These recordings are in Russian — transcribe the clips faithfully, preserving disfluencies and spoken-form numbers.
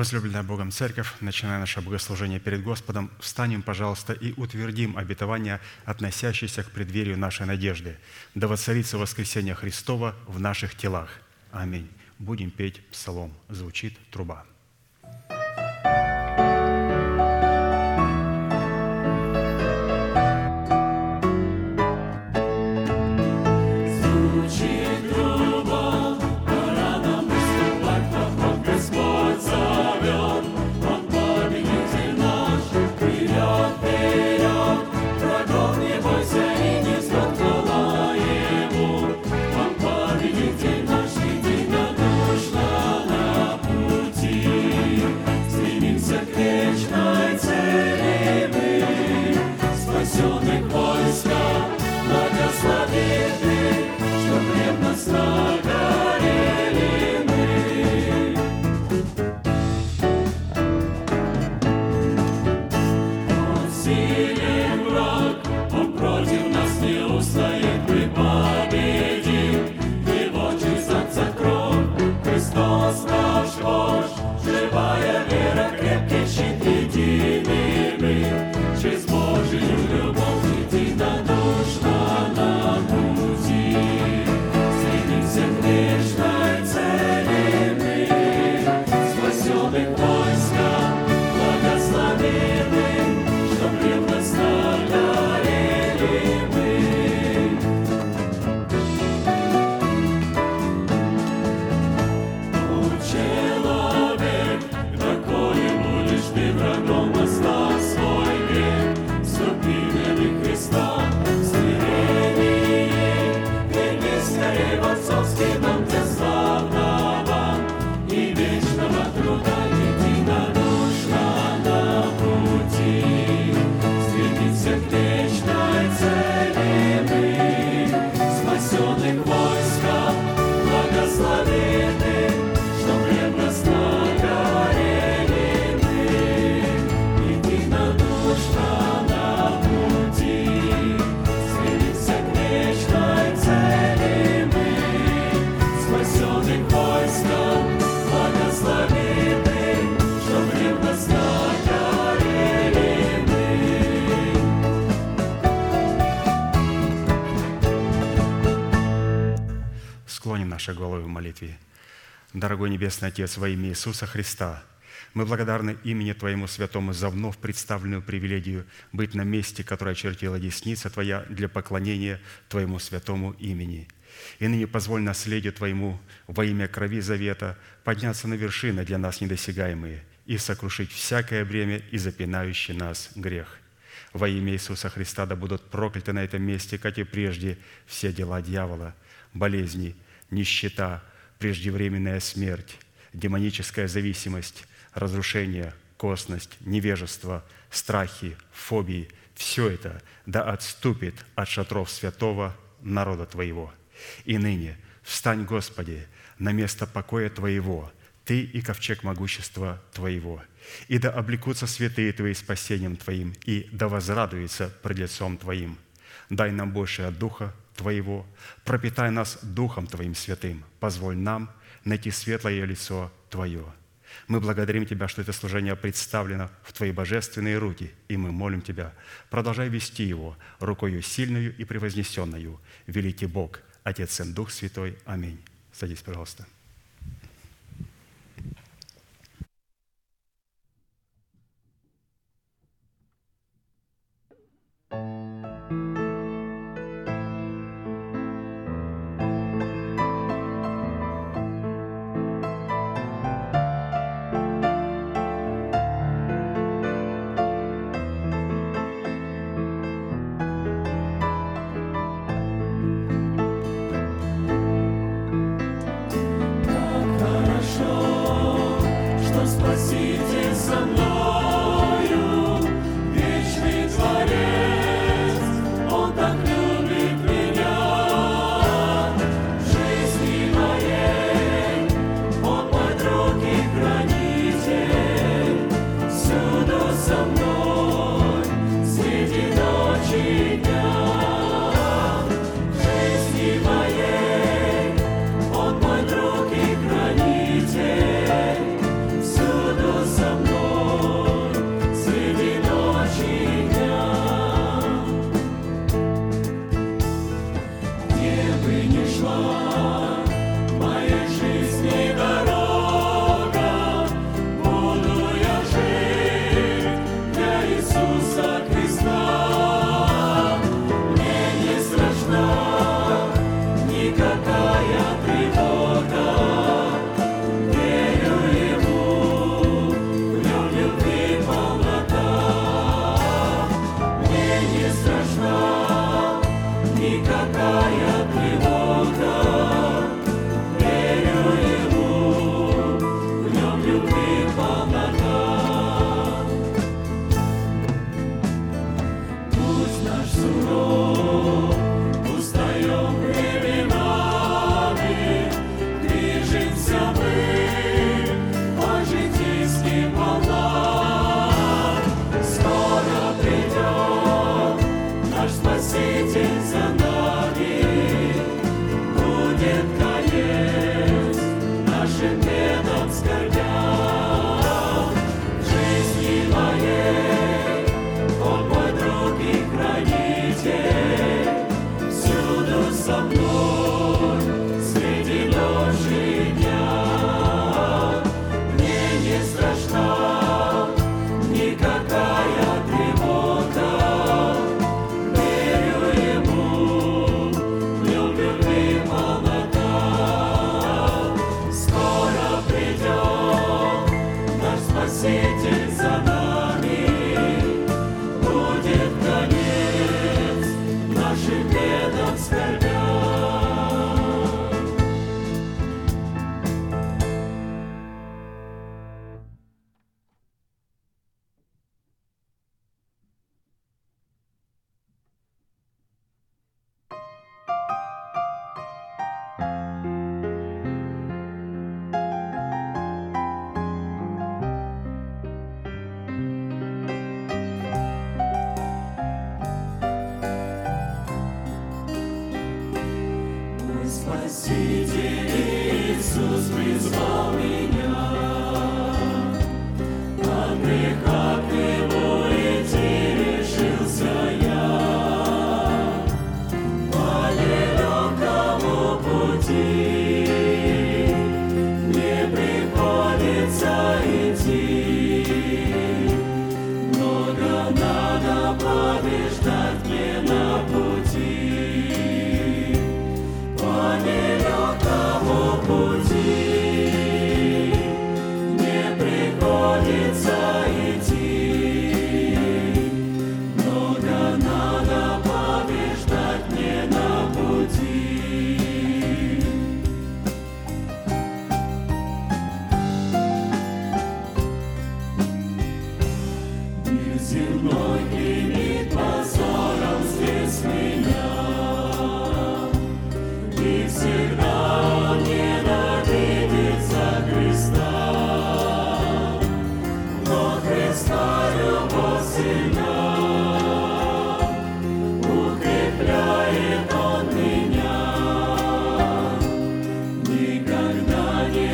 Возлюбленная Богом Церковь, начиная наше богослужение перед Господом, встанем, пожалуйста, и утвердим обетование, относящееся к преддверию нашей надежды. Да воцарится воскресение Христова в наших телах. Аминь. Будем петь псалом. Звучит труба. Нашей головы в молитве. Дорогой Небесный Отец, во имя Иисуса Христа, мы благодарны имени Твоему Святому за вновь представленную привилегию быть на месте, которое очертила десница Твоя для поклонения Твоему Святому имени. И ныне позволь наследию Твоему во имя крови завета подняться на вершины для нас недосягаемые и сокрушить всякое бремя и запинающий нас грех. Во имя Иисуса Христа да будут прокляты на этом месте, как и прежде, все дела дьявола, болезни, нищета, преждевременная смерть, демоническая зависимость, разрушение, косность, невежество, страхи, фобии – все это да отступит от шатров святого народа Твоего. И ныне встань, Господи, на место покоя Твоего, Ты и ковчег могущества Твоего, и да облекутся святые Твои спасением Твоим, и да возрадуются пред лицом Твоим. Дай нам больше от Духа Твоего, пропитай нас Духом Твоим святым, позволь нам найти светлое лицо Твое. Мы благодарим Тебя, что это служение представлено в Твои божественные руки, и мы молим Тебя, продолжай вести его рукою сильную и превознесенную. Великий Бог, Отец, Сын, Дух Святой. Аминь. Садись, пожалуйста.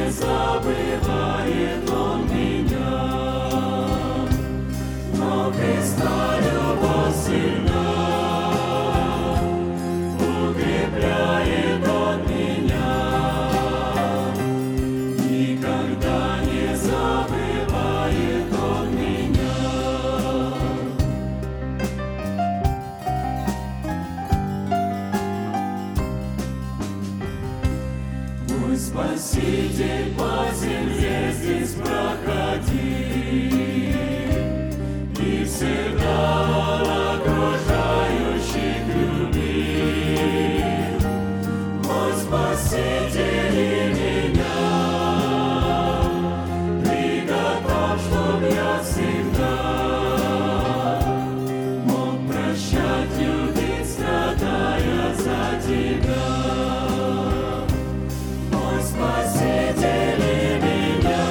забывает Он меня, но Христа любовь сильна, укрепляет Он меня, никогда не забывает Он меня. Мой Спаситель по земле здесь проходил и всегда окружающих любил. Мой Спаситель и меня приготовь, чтоб я всегда мог прощать, любить, страдая за Тебя. Спаситель и меня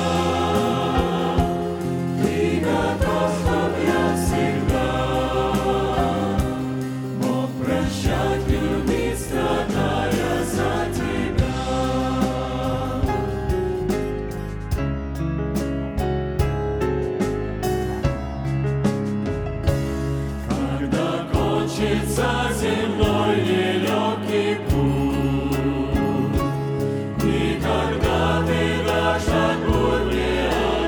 приготовь, чтоб я всегда мог прощать, любить, страдая за Тебя. Когда кончится земной нелегкий путь, когда Ты дашь огонь мне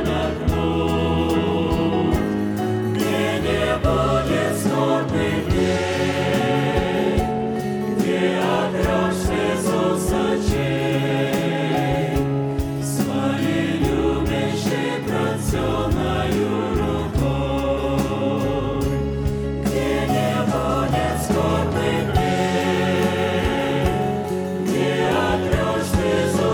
отдохнуть, где не будет скорбных дней, где отрёшь слезу сочей, своей любящей протяною рукой, где не будет скорбных дней, где отрёшь слезу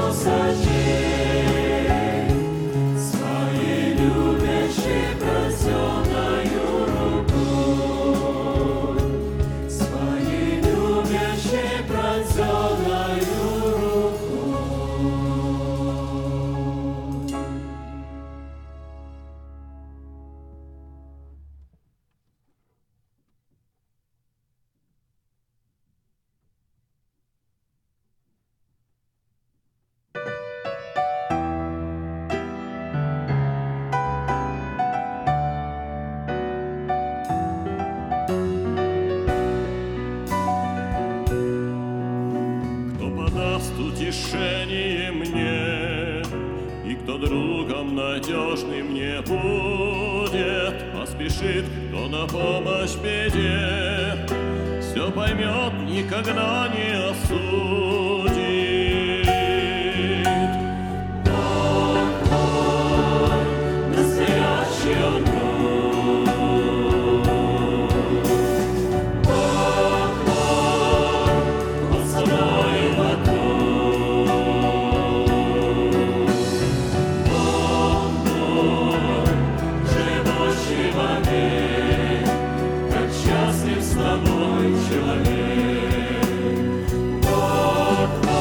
сочей, своей любящей протяною рукой, своей любящей протяною Кто подаст утешение мне, и кто другом надежным мне будет, поспешит, кто на помощь беде, все поймет, никогда не осудит. Бог мой, настоящий Он Бог мой, Он со мной вокруг. Бог мой, живущий вовек, как счастлив с тобой человек. Бог мой,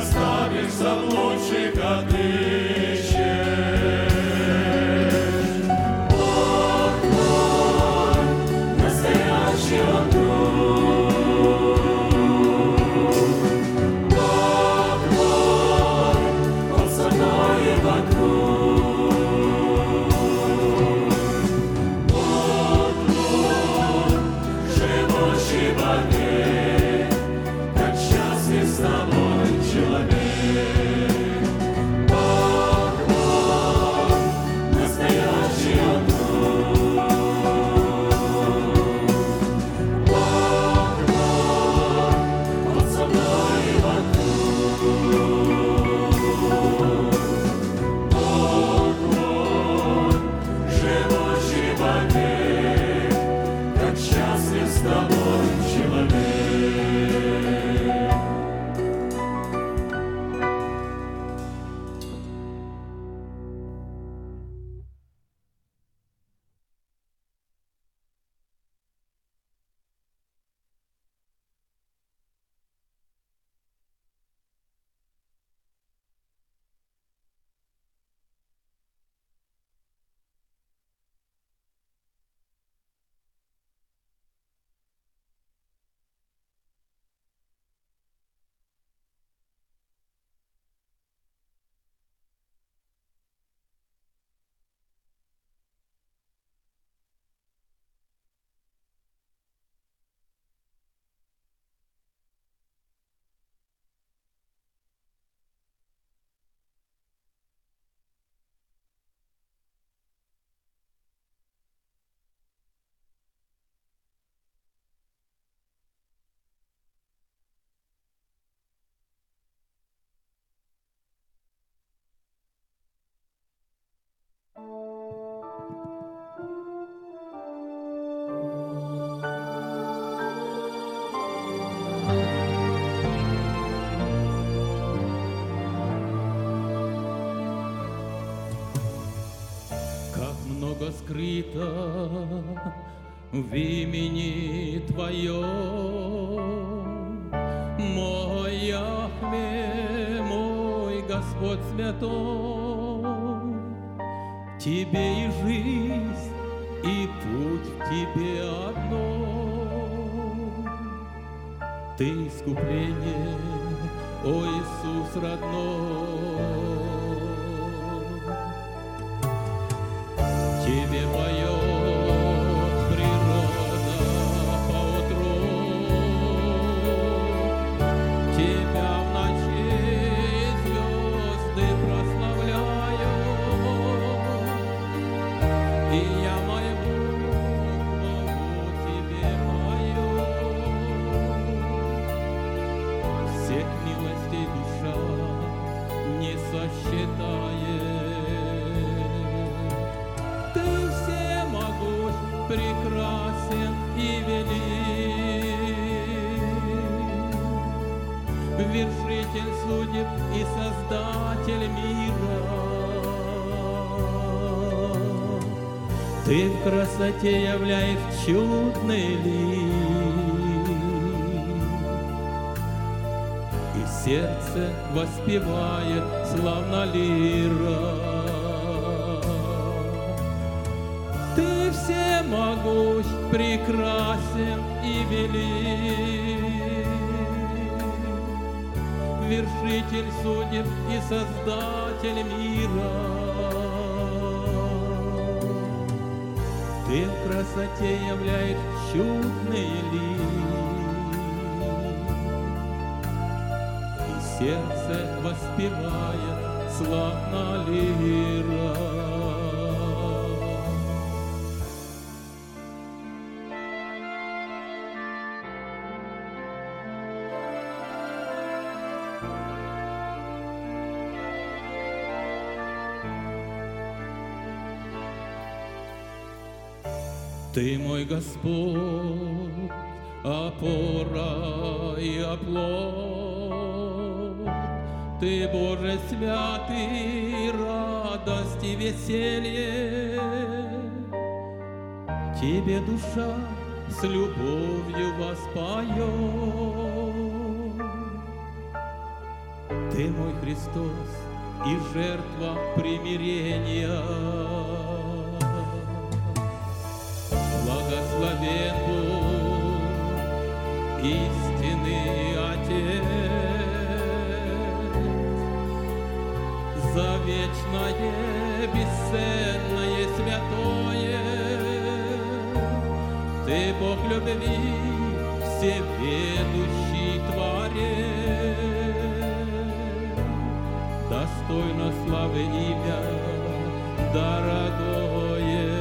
наставишь заблудших отыщешь. Бог мой, настоящий Он друг. Бог мой, Он со мной и вокруг. Бог мой, живущий во мне, как счастлив с тобой человек. Бог мой, настоящий Он друг. Бог мой, Он со мной и вокруг. Бог мой, живущий во мне, как счастлив с тобой человек. Как много скрыто в имени Твоем, мой Яхве, мой Господь святой. Тебе и жизнь, и путь в Тебе одно. Ты искупление, о Иисус родной. Тебе поет природа поутру, Тебя в ночи звезды прославляют, и я моему хвалу Тебе мою. Всех милостей душа не сосчитает. Ты всемогущ, прекрасен и велик, вершитель судеб и создатель мира. Ты в красоте являешь чудный лик, и сердце воспевает славно лира. Ты всемогущ, прекрасен и велик, вершитель судеб и создатель мира. Ты в красоте являешь чудный лик, и сердце воспевает славно лира. Ты мой Господь, опора и оплот, Ты, Боже святый, радость и веселье. Тебе душа с любовью воспоет. Ты Ты мой Христос и жертва примирения. Благословен Бог, истинный Отец, за вечное, бесценное, святое. Ты Бог любви, всеведущий Творец, достойно славы имя дорогое.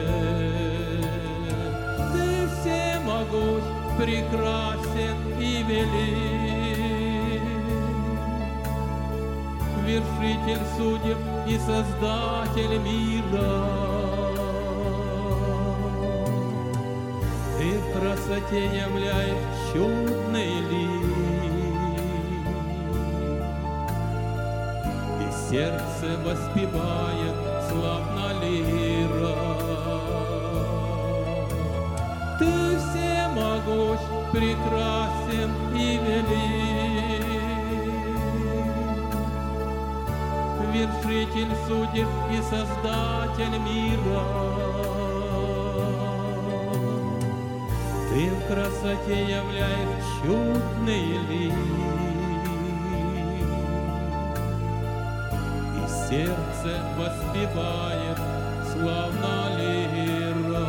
Ты всемогущ, прекрасен и велик, вершитель судеб и создатель мира. Ты в красоте являешь чудный лик, и сердце воспевает славно лира. Ты всемогущ, прекрасен и велик, вершитель судеб и создатель мира. Ты в красоте являешь чудный лик, и сердце воспевает славно лира.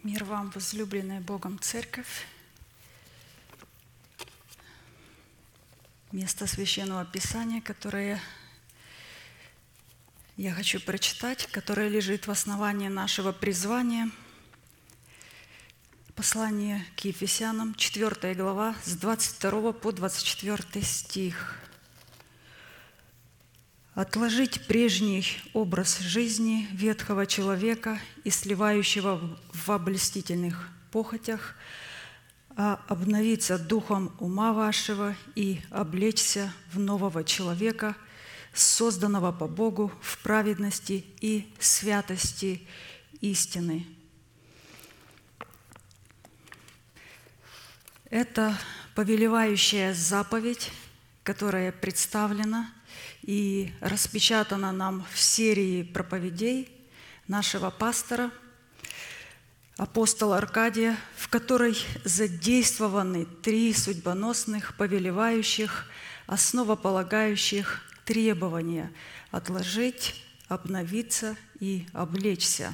Мир вам, возлюбленная Богом Церковь. Место Священного Писания, которое я хочу прочитать, которое лежит в основании нашего призвания. Послание к Ефесянам, четвёртая глава, с двадцать второго по двадцать четвёртый стих. «Отложить прежний образ жизни ветхого человека и сливающего в облестительных похотях, а обновиться духом ума вашего и облечься в нового человека, созданного по Богу в праведности и святости истины». Это повелевающая заповедь, которая представлена и распечатана нам в серии проповедей нашего пастора, апостола Аркадия, в которой задействованы три судьбоносных, повелевающих, основополагающих требования – отложить, обновиться и облечься.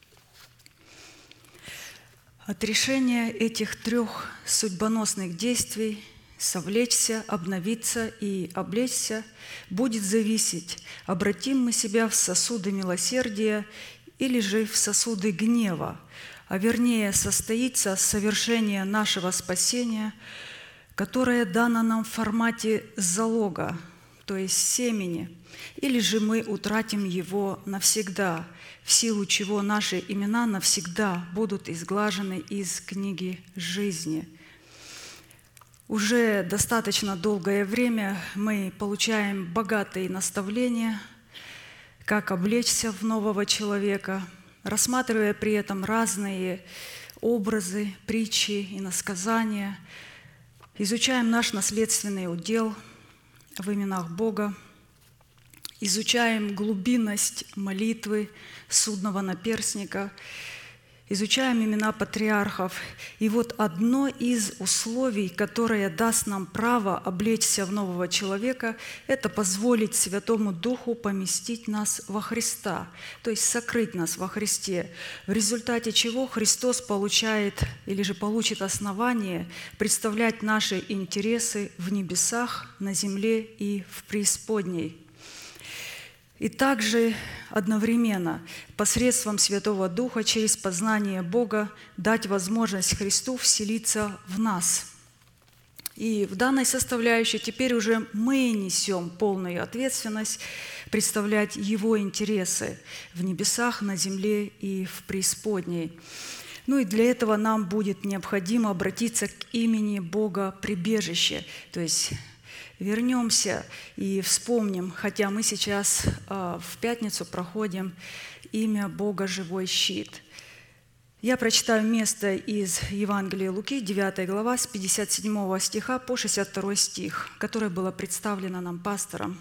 От решения этих трех судьбоносных действий – совлечься, обновиться и облечься – будет зависеть, обратим мы себя в сосуды милосердия или же в сосуды гнева, а вернее состоится совершение нашего спасения, которое дано нам в формате залога, то есть семени, или же мы утратим его навсегда, в силу чего наши имена навсегда будут изглажены из книги жизни. Уже достаточно долгое время мы получаем богатые наставления, как облечься в нового человека, рассматривая при этом разные образы, притчи, иносказания. Изучаем наш наследственный удел в именах Бога, изучаем глубинность молитвы судного наперстника, изучаем имена патриархов. И вот одно из условий, которое даст нам право облечься в нового человека, это позволить Святому Духу поместить нас во Христа, то есть сокрыть нас во Христе, в результате чего Христос получает или же получит основание представлять наши интересы в небесах, на земле и в преисподней. И также одновременно посредством Святого Духа через познание Бога дать возможность Христу вселиться в нас. И в данной составляющей теперь уже мы несем полную ответственность представлять Его интересы в небесах, на земле и в преисподней. Ну и для этого нам будет необходимо обратиться к имени Бога прибежище, то есть вернемся и вспомним, хотя мы сейчас э, в пятницу проходим имя Бога «Живой щит». Я прочитаю место из Евангелия Луки, девятая глава, с пятьдесят седьмого стиха по шестьдесят второй стих, которое было представлено нам пастором.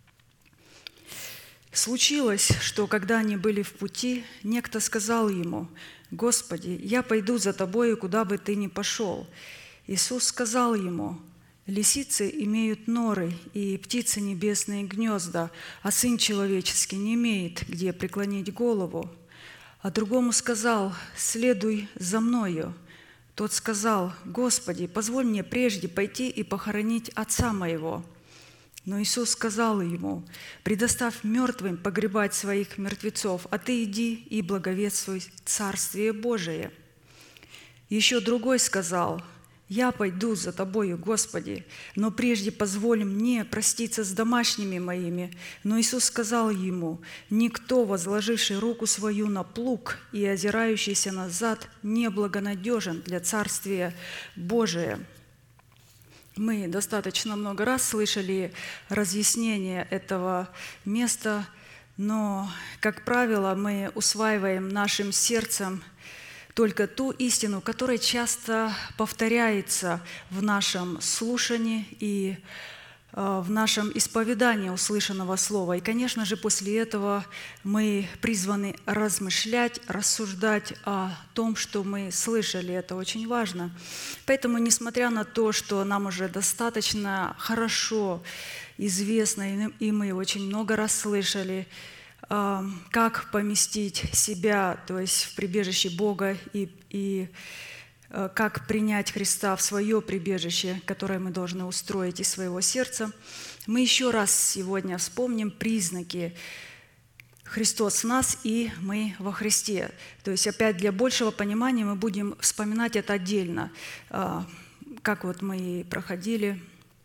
«Случилось, что, когда они были в пути, некто сказал ему: „Господи, я пойду за Тобою, куда бы Ты ни пошел“. Иисус сказал ему: „Лисицы имеют норы, и птицы небесные гнезда, а Сын Человеческий не имеет, где преклонить голову“. А другому сказал: „Следуй за Мною“. Тот сказал: „Господи, позволь мне прежде пойти и похоронить отца моего“. Но Иисус сказал ему: „Предоставь мертвым погребать своих мертвецов, а ты иди и благовествуй Царствие Божие“. Еще другой сказал: „Я пойду за Тобою, Господи, но прежде позволь мне проститься с домашними моими“. Но Иисус сказал ему: „Никто, возложивший руку свою на плуг и озирающийся назад, не благонадежен для Царствия Божия“». Мы достаточно много раз слышали разъяснение этого места, но, как правило, мы усваиваем нашим сердцем только ту истину, которая часто повторяется в нашем слушании и в нашем исповедании услышанного слова. И, конечно же, после этого мы призваны размышлять, рассуждать о том, что мы слышали. Это очень важно. Поэтому, несмотря на то, что нам уже достаточно хорошо известно, и мы очень много раз слышали как поместить себя, то есть в прибежище Бога, и, и как принять Христа в свое прибежище, которое мы должны устроить из своего сердца. Мы еще раз сегодня вспомним признаки Христос в нас и мы во Христе. То есть опять для большего понимания мы будем вспоминать это отдельно, как вот мы и проходили.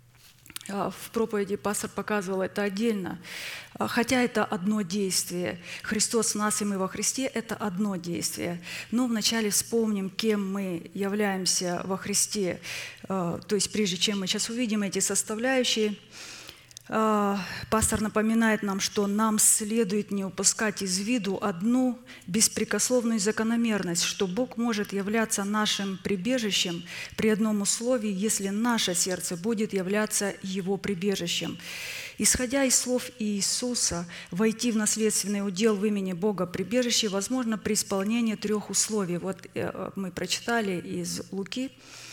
В проповеди пастор показывал это отдельно. Хотя это одно действие. Христос в нас и мы во Христе – это одно действие. Но вначале вспомним, кем мы являемся во Христе. То есть прежде чем мы сейчас увидим эти составляющие, пастор напоминает нам, что нам следует не упускать из виду одну беспрекословную закономерность, что Бог может являться нашим прибежищем при одном условии, если наше сердце будет являться Его прибежищем. Исходя из слов Иисуса, войти в наследственный удел в имени Бога прибежище возможно при исполнении трех условий. Вот мы прочитали из Луки.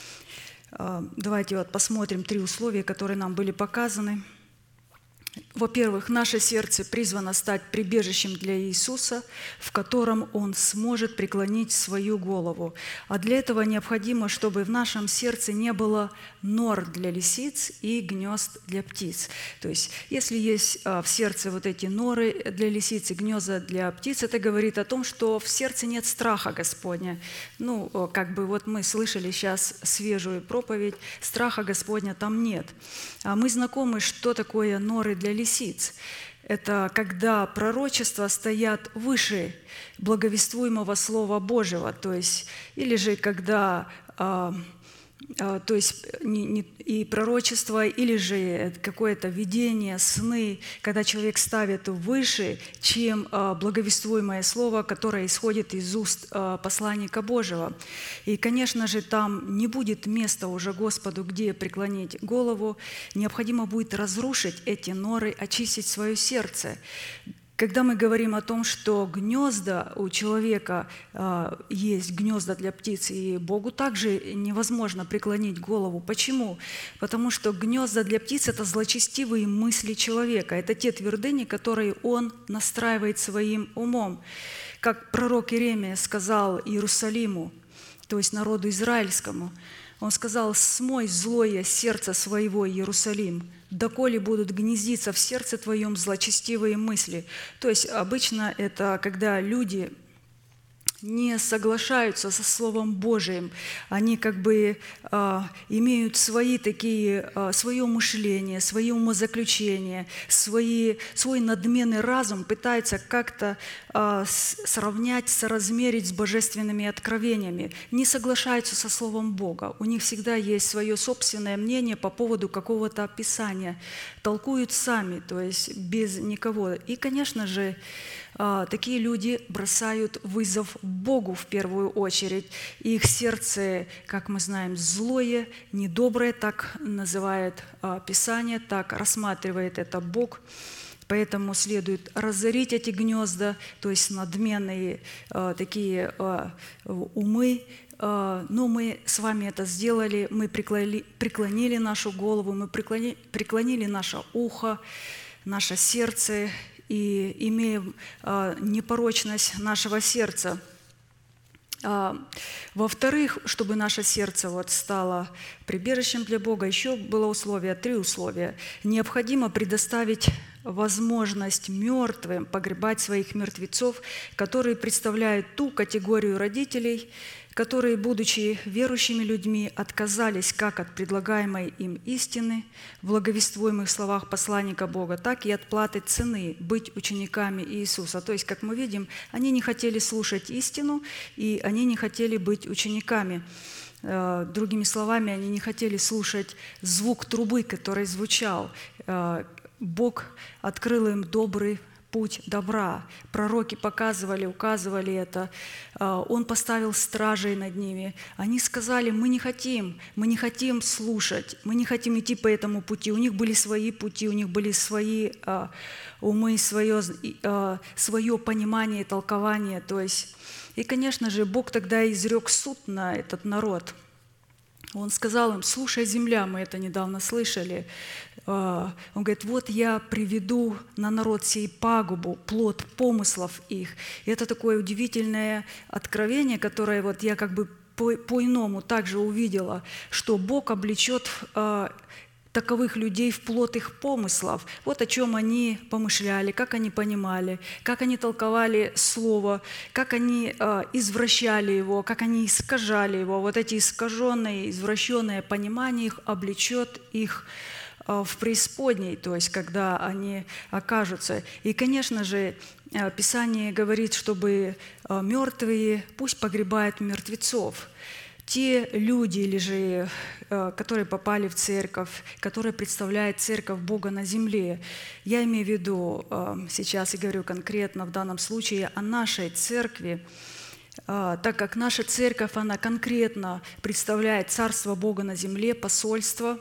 Давайте вот посмотрим три условия, которые нам были показаны. Во-первых, наше сердце призвано стать прибежищем для Иисуса, в котором Он сможет преклонить свою голову. А для этого необходимо, чтобы в нашем сердце не было нор для лисиц и гнезд для птиц. То есть, если есть в сердце вот эти норы для лисиц и гнезда для птиц, это говорит о том, что в сердце нет страха Господня. Ну, как бы вот мы слышали сейчас свежую проповедь, страха Господня там нет. А мы знакомы, что такое норы для лисиц. Это когда пророчества стоят выше благовествуемого Слова Божьего, то есть, или же когда а, а, то есть, не, не, и пророчество, или же какое-то видение, сны, когда человек ставит выше, чем а, благовествуемое Слово, которое исходит из уст а, посланника Божьего. И, конечно же, там не будет места уже Господу, где преклонить голову. Необходимо будет разрушить эти норы, очистить свое сердце. Когда мы говорим о том, что гнезда у человека э, есть гнезда для птиц, и Богу также невозможно преклонить голову. Почему? Потому что гнезда для птиц – это злочестивые мысли человека, это те твердыни, которые он настраивает своим умом. Как пророк Иеремия сказал Иерусалиму, то есть народу израильскому, он сказал: «Смой злое сердце своего, Иерусалим, доколе будут гнездиться в сердце твоем злочестивые мысли». То есть обычно это когда люди не соглашаются со Словом Божиим, они как бы а, имеют свои такие, а, свое мышление, свои умозаключения, свои, свой надменный разум, пытаются как-то а, с, сравнять, соразмерить с божественными откровениями, не соглашаются со Словом Бога. У них всегда есть свое собственное мнение по поводу какого-то описания, толкуют сами, то есть без никого. И, конечно же, такие люди бросают вызов Богу в первую очередь. Их сердце, как мы знаем, злое, недоброе, так называет Писание, так рассматривает это Бог. Поэтому следует разорить эти гнезда, то есть надменные такие умы. Но мы с вами это сделали, мы преклонили, преклонили нашу голову, мы преклонили, преклонили наше ухо, наше сердце, и имеем а, непорочность нашего сердца. А, во-вторых, чтобы наше сердце вот стало прибежищем для Бога, еще было условие, три условия. Необходимо предоставить возможность мертвым погребать своих мертвецов, которые представляют ту категорию родителей, которые, будучи верующими людьми, отказались как от предлагаемой им истины в благовествуемых словах посланника Бога, так и от платы цены быть учениками Иисуса. То есть, как мы видим, они не хотели слушать истину, и они не хотели быть учениками. Другими словами, они не хотели слушать звук трубы, который звучал. Бог открыл им добрый путь добра. Пророки показывали, указывали это. Он поставил стражей над ними. Они сказали: мы не хотим, мы не хотим слушать, мы не хотим идти по этому пути. У них были свои пути, у них были свои умы, свое, свое понимание и толкование. То есть, и, конечно же, Бог тогда изрек суд на этот народ. Он сказал им: слушай, земля, мы это недавно слышали, Он говорит, вот я приведу на народ сей пагубу, плод помыслов их. И это такое удивительное откровение, которое вот я как бы по- по-иному также увидела, что Бог облечет таковых людей в плод их помыслов. Вот о чем они помышляли, как они понимали, как они толковали Слово, как они э, извращали его, как они искажали его. Вот эти искаженные, извращенные понимания их облечет их э, в преисподней, то есть когда они окажутся. И, конечно же, э, Писание говорит, чтобы э, мертвые пусть погребают мертвецов. Те люди, или же, которые попали в церковь, которые представляют церковь Бога на земле, я имею в виду сейчас и говорю конкретно в данном случае о нашей церкви, так как наша церковь, она конкретно представляет Царство Бога на земле, посольство,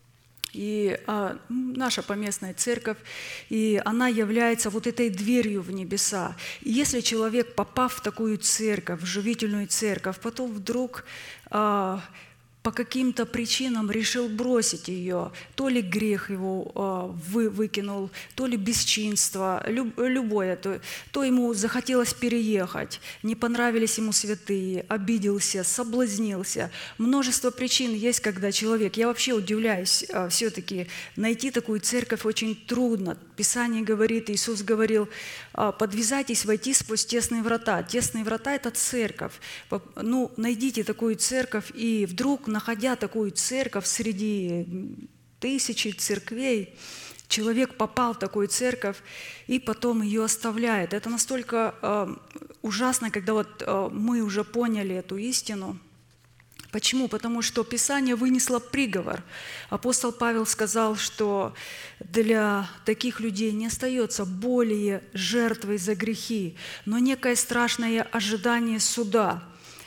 и а, наша поместная церковь, и она является вот этой дверью в небеса. И если человек, попав в такую церковь, в живительную церковь, потом вдруг а, по каким-то причинам решил бросить ее, то ли грех его а, вы, выкинул, то ли бесчинство, люб, любое, то, то ему захотелось переехать, не понравились ему святые, обиделся, соблазнился. Множество причин есть, когда человек, я вообще удивляюсь, а, все-таки найти такую церковь очень трудно. Писание говорит, Иисус говорил, а, подвязайтесь войти сквозь тесные врата. Тесные врата – это церковь. Ну, найдите такую церковь, и вдруг, находя такую церковь среди тысячи церквей, человек попал в такую церковь и потом ее оставляет. Это настолько э, ужасно, когда вот э, мы уже поняли эту истину. Почему? Потому что Писание вынесло приговор. Апостол Павел сказал, что для таких людей не остается более жертвой за грехи, но некое страшное ожидание суда.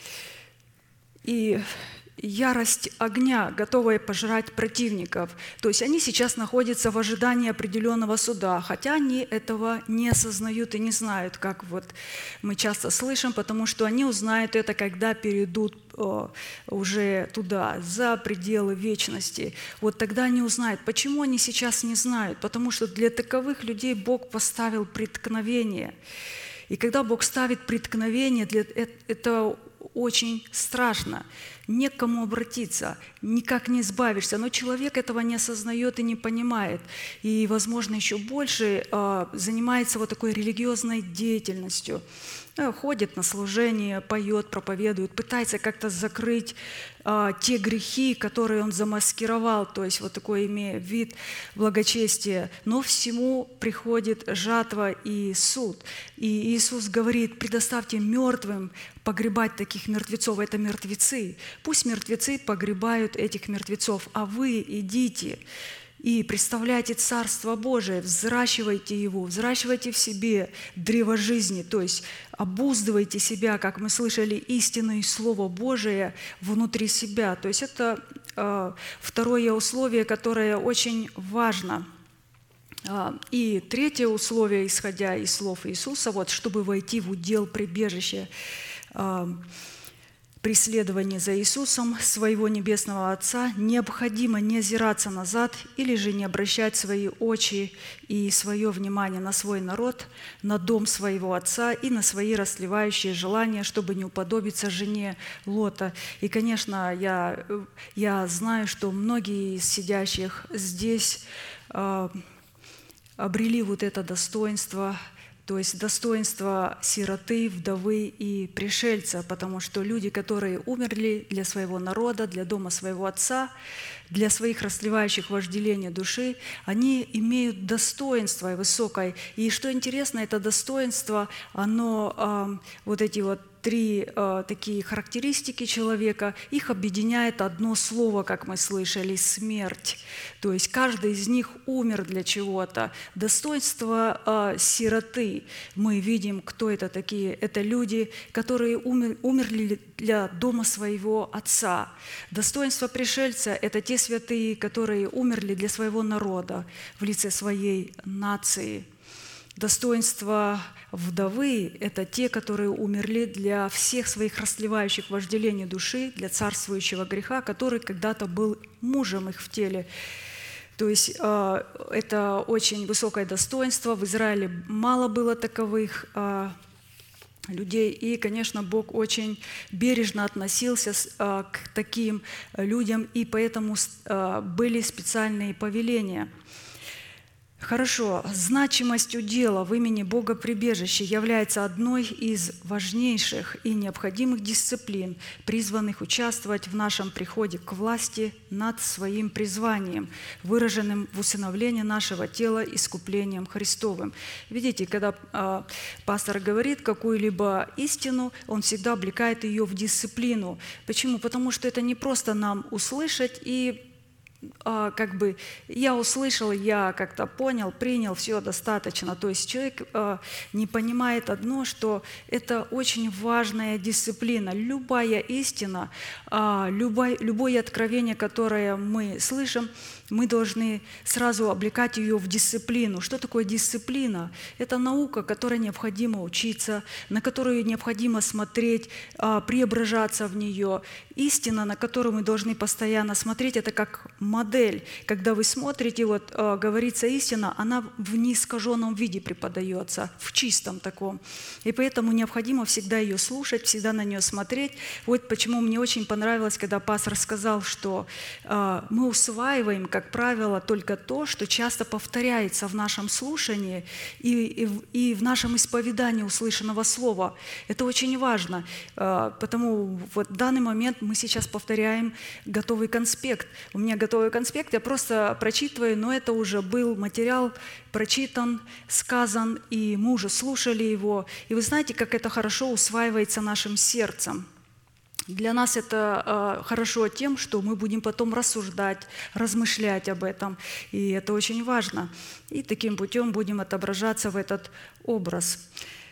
И ярость огня, готовая пожрать противников. То есть они сейчас находятся в ожидании определенного суда, хотя они этого не осознают и не знают, как вот мы часто слышим, потому что они узнают это, когда перейдут о, уже туда, за пределы вечности. Вот тогда они узнают. Почему они сейчас не знают? Потому что для таковых людей Бог поставил преткновение. И когда Бог ставит преткновение, для, это очень страшно. Не к кому обратиться, никак не избавишься. Но человек этого не осознает и не понимает. И, возможно, еще больше э, занимается вот такой религиозной деятельностью. Э, ходит на служение, поет, проповедует, пытается как-то закрыть э, те грехи, которые он замаскировал, то есть вот такой имея вид благочестия. Но всему приходит жатва и суд. И Иисус говорит, предоставьте мертвым погребать таких мертвецов. Это мертвецы. Пусть мертвецы погребают этих мертвецов, а вы идите и представляйте Царство Божие, взращивайте его, взращивайте в себе древо жизни, то есть обуздывайте себя, как мы слышали, истину и Слово Божие внутри себя. То есть это э, второе условие, которое очень важно. И третье условие, исходя из слов Иисуса, вот, чтобы войти в удел прибежища, преследование за Иисусом своего Небесного Отца, необходимо не озираться назад или же не обращать свои очи и свое внимание на свой народ, на дом своего Отца и на свои расливающие желания, чтобы не уподобиться жене Лота. И, конечно, я, я знаю, что многие из сидящих здесь э, обрели вот это достоинство, то есть достоинство сироты, вдовы и пришельца, потому что люди, которые умерли для своего народа, для дома своего отца, для своих расливающих вожделения души, они имеют достоинство высокое. И что интересно, это достоинство, оно, вот эти вот три э, такие характеристики человека, их объединяет одно слово, как мы слышали, смерть. То есть каждый из них умер для чего-то. Достоинство э, сироты. Мы видим, кто это такие. Это люди, которые умер, умерли для дома своего отца. Достоинство пришельца – это те святые, которые умерли для своего народа в лице своей нации. Достоинство вдовы – это те, которые умерли для всех своих расливающих вожделений души, для царствующего греха, который когда-то был мужем их в теле. То есть э, это очень высокое достоинство. В Израиле мало было таковых э, людей. И, конечно, Бог очень бережно относился с, э, к таким людям, и поэтому э, были специальные повеления. Хорошо. Значимость удела в имени Бога прибежище является одной из важнейших и необходимых дисциплин, призванных участвовать в нашем приходе к власти над своим призванием, выраженным в усыновлении нашего тела искуплением Христовым. Видите, когда э, пастор говорит какую-либо истину, он всегда облекает ее в дисциплину. Почему? Потому что это не просто нам услышать и А, как бы я услышал, я как-то понял, принял, все достаточно. То есть человек а, не понимает одно, что это очень важная дисциплина. Любая истина, а, любое, любое откровение, которое мы слышим, мы должны сразу облекать ее в дисциплину. Что такое дисциплина? Это наука, которой необходимо учиться, на которую необходимо смотреть, а, преображаться в нее. Истина, на которую мы должны постоянно смотреть, это как модель. Когда вы смотрите, вот э, говорится истина, она в неискаженном виде преподается, в чистом таком. И поэтому необходимо всегда ее слушать, всегда на нее смотреть. Вот почему мне очень понравилось, когда пастор сказал, что э, мы усваиваем, как правило, только то, что часто повторяется в нашем слушании и, и, и в нашем исповедании услышанного слова. Это очень важно, э, потому вот в данный момент мы сейчас повторяем готовый конспект. У меня готовый конспект, я просто прочитываю, но это уже был материал прочитан, сказан, и мы уже слушали его. И вы знаете, как это хорошо усваивается нашим сердцем. Для нас это э, хорошо тем, что мы будем потом рассуждать, размышлять об этом. И это очень важно. И таким путем будем отображаться в этот образ.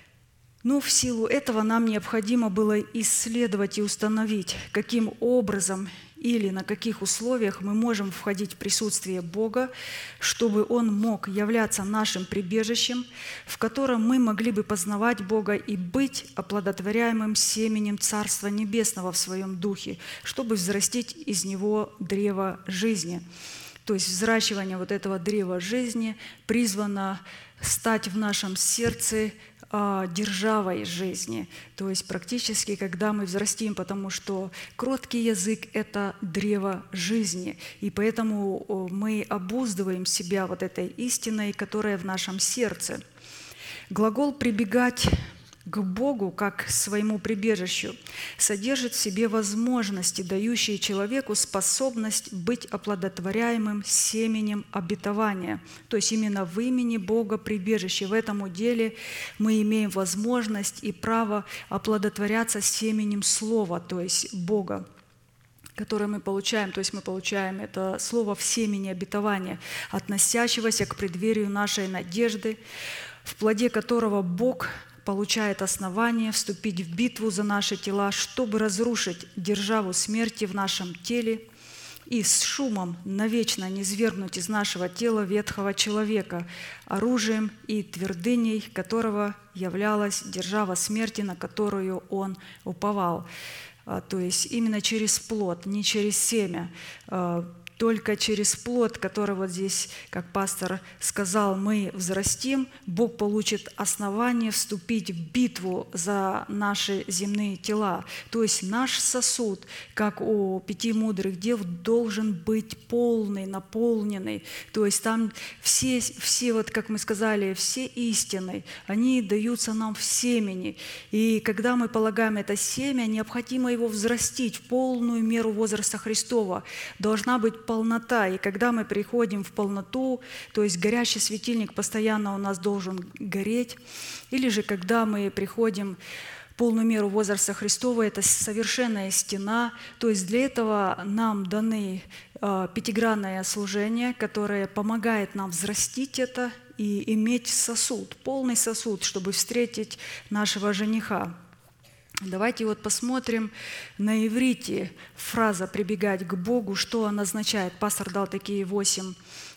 Но в силу этого нам необходимо было исследовать и установить, каким образом или на каких условиях мы можем входить в присутствие Бога, чтобы Он мог являться нашим прибежищем, в котором мы могли бы познавать Бога и быть оплодотворяемым семенем Царства Небесного в своем духе, чтобы взрастить из него древо жизни. То есть взращивание вот этого древа жизни призвано стать в нашем сердце державой жизни, то есть практически, когда мы взрастим, потому что кроткий язык – это древо жизни, и поэтому мы обуздываем себя вот этой истиной, которая в нашем сердце. Глагол «прибегать» к Богу, как к своему прибежищу, содержит в себе возможности, дающие человеку способность быть оплодотворяемым семенем обетования. То есть именно в имени Бога прибежище. В этом уделе мы имеем возможность и право оплодотворяться семенем Слова, то есть Бога, которое мы получаем, то есть мы получаем это слово в семени обетования, относящегося к преддверию нашей надежды, в плоде которого Бог получает основание вступить в битву за наши тела, чтобы разрушить державу смерти в нашем теле и с шумом навечно низвергнуть из нашего тела ветхого человека, оружием и твердыней которого являлась держава смерти, на которую он уповал. То есть именно через плод, не через семя. Только через плод, который вот здесь, как пастор сказал, мы взрастим, Бог получит основание вступить в битву за наши земные тела. То есть наш сосуд, как у пяти мудрых дев, должен быть полный, наполненный. То есть там все, все вот, как мы сказали, все истины, они даются нам в семени. И когда мы полагаем это семя, необходимо его взрастить в полную меру возраста Христова. Должна быть полнота. И когда мы приходим в полноту, то есть горящий светильник постоянно у нас должен гореть, или же когда мы приходим в полную меру возраста Христова, это совершенная стена, то есть для этого нам даны э, пятигранное служение, которое помогает нам взрастить это и иметь сосуд, полный сосуд, чтобы встретить нашего жениха. Давайте вот посмотрим на иврите фраза «прибегать к Богу», что она означает. Пастор дал такие восемь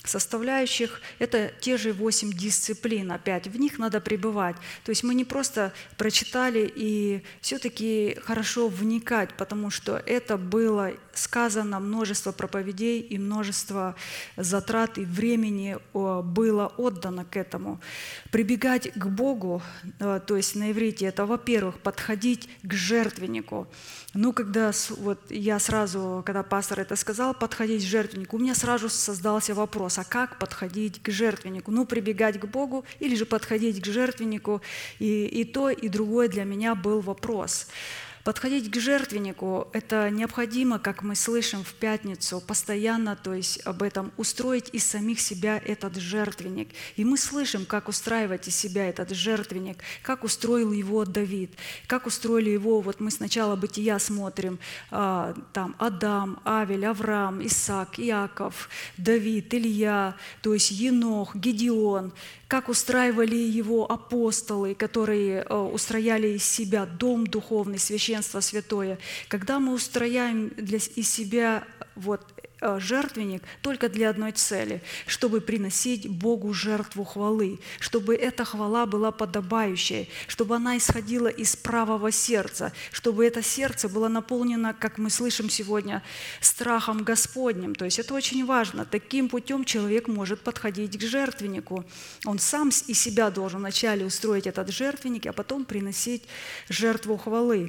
составляющих – это те же восемь дисциплин. Опять в них надо пребывать. То есть мы не просто прочитали и все-таки хорошо вникать, потому что это было сказано, множество проповедей и множество затрат и времени было отдано к этому. Прибегать к Богу, то есть на иврите, это, во-первых, подходить к жертвеннику. Ну, когда вот я сразу, когда пастор это сказал, подходить к жертвеннику, у меня сразу создался вопрос, а как подходить к жертвеннику? Ну, прибегать к Богу или же подходить к жертвеннику? И, и то, и другое для меня был вопрос. Подходить к жертвеннику – это необходимо, как мы слышим в пятницу, постоянно, то есть об этом, устроить из самих себя этот жертвенник. И мы слышим, как устраивать из себя этот жертвенник, как устроил его Давид, как устроили его, вот мы сначала Бытия смотрим, а, там Адам, Авель, Авраам, Исаак, Иаков, Давид, Илья, то есть Енох, Гедеон, как устраивали его апостолы, которые устрояли из себя дом духовный, священство святое. Когда мы устрояем для, из себя вот, жертвенник только для одной цели, чтобы приносить Богу жертву хвалы, чтобы эта хвала была подобающей, чтобы она исходила из правого сердца, чтобы это сердце было наполнено, как мы слышим сегодня, страхом Господним. То есть это очень важно. Таким путем человек может подходить к жертвеннику. Он сам из себя должен вначале устроить этот жертвенник, а потом приносить жертву хвалы.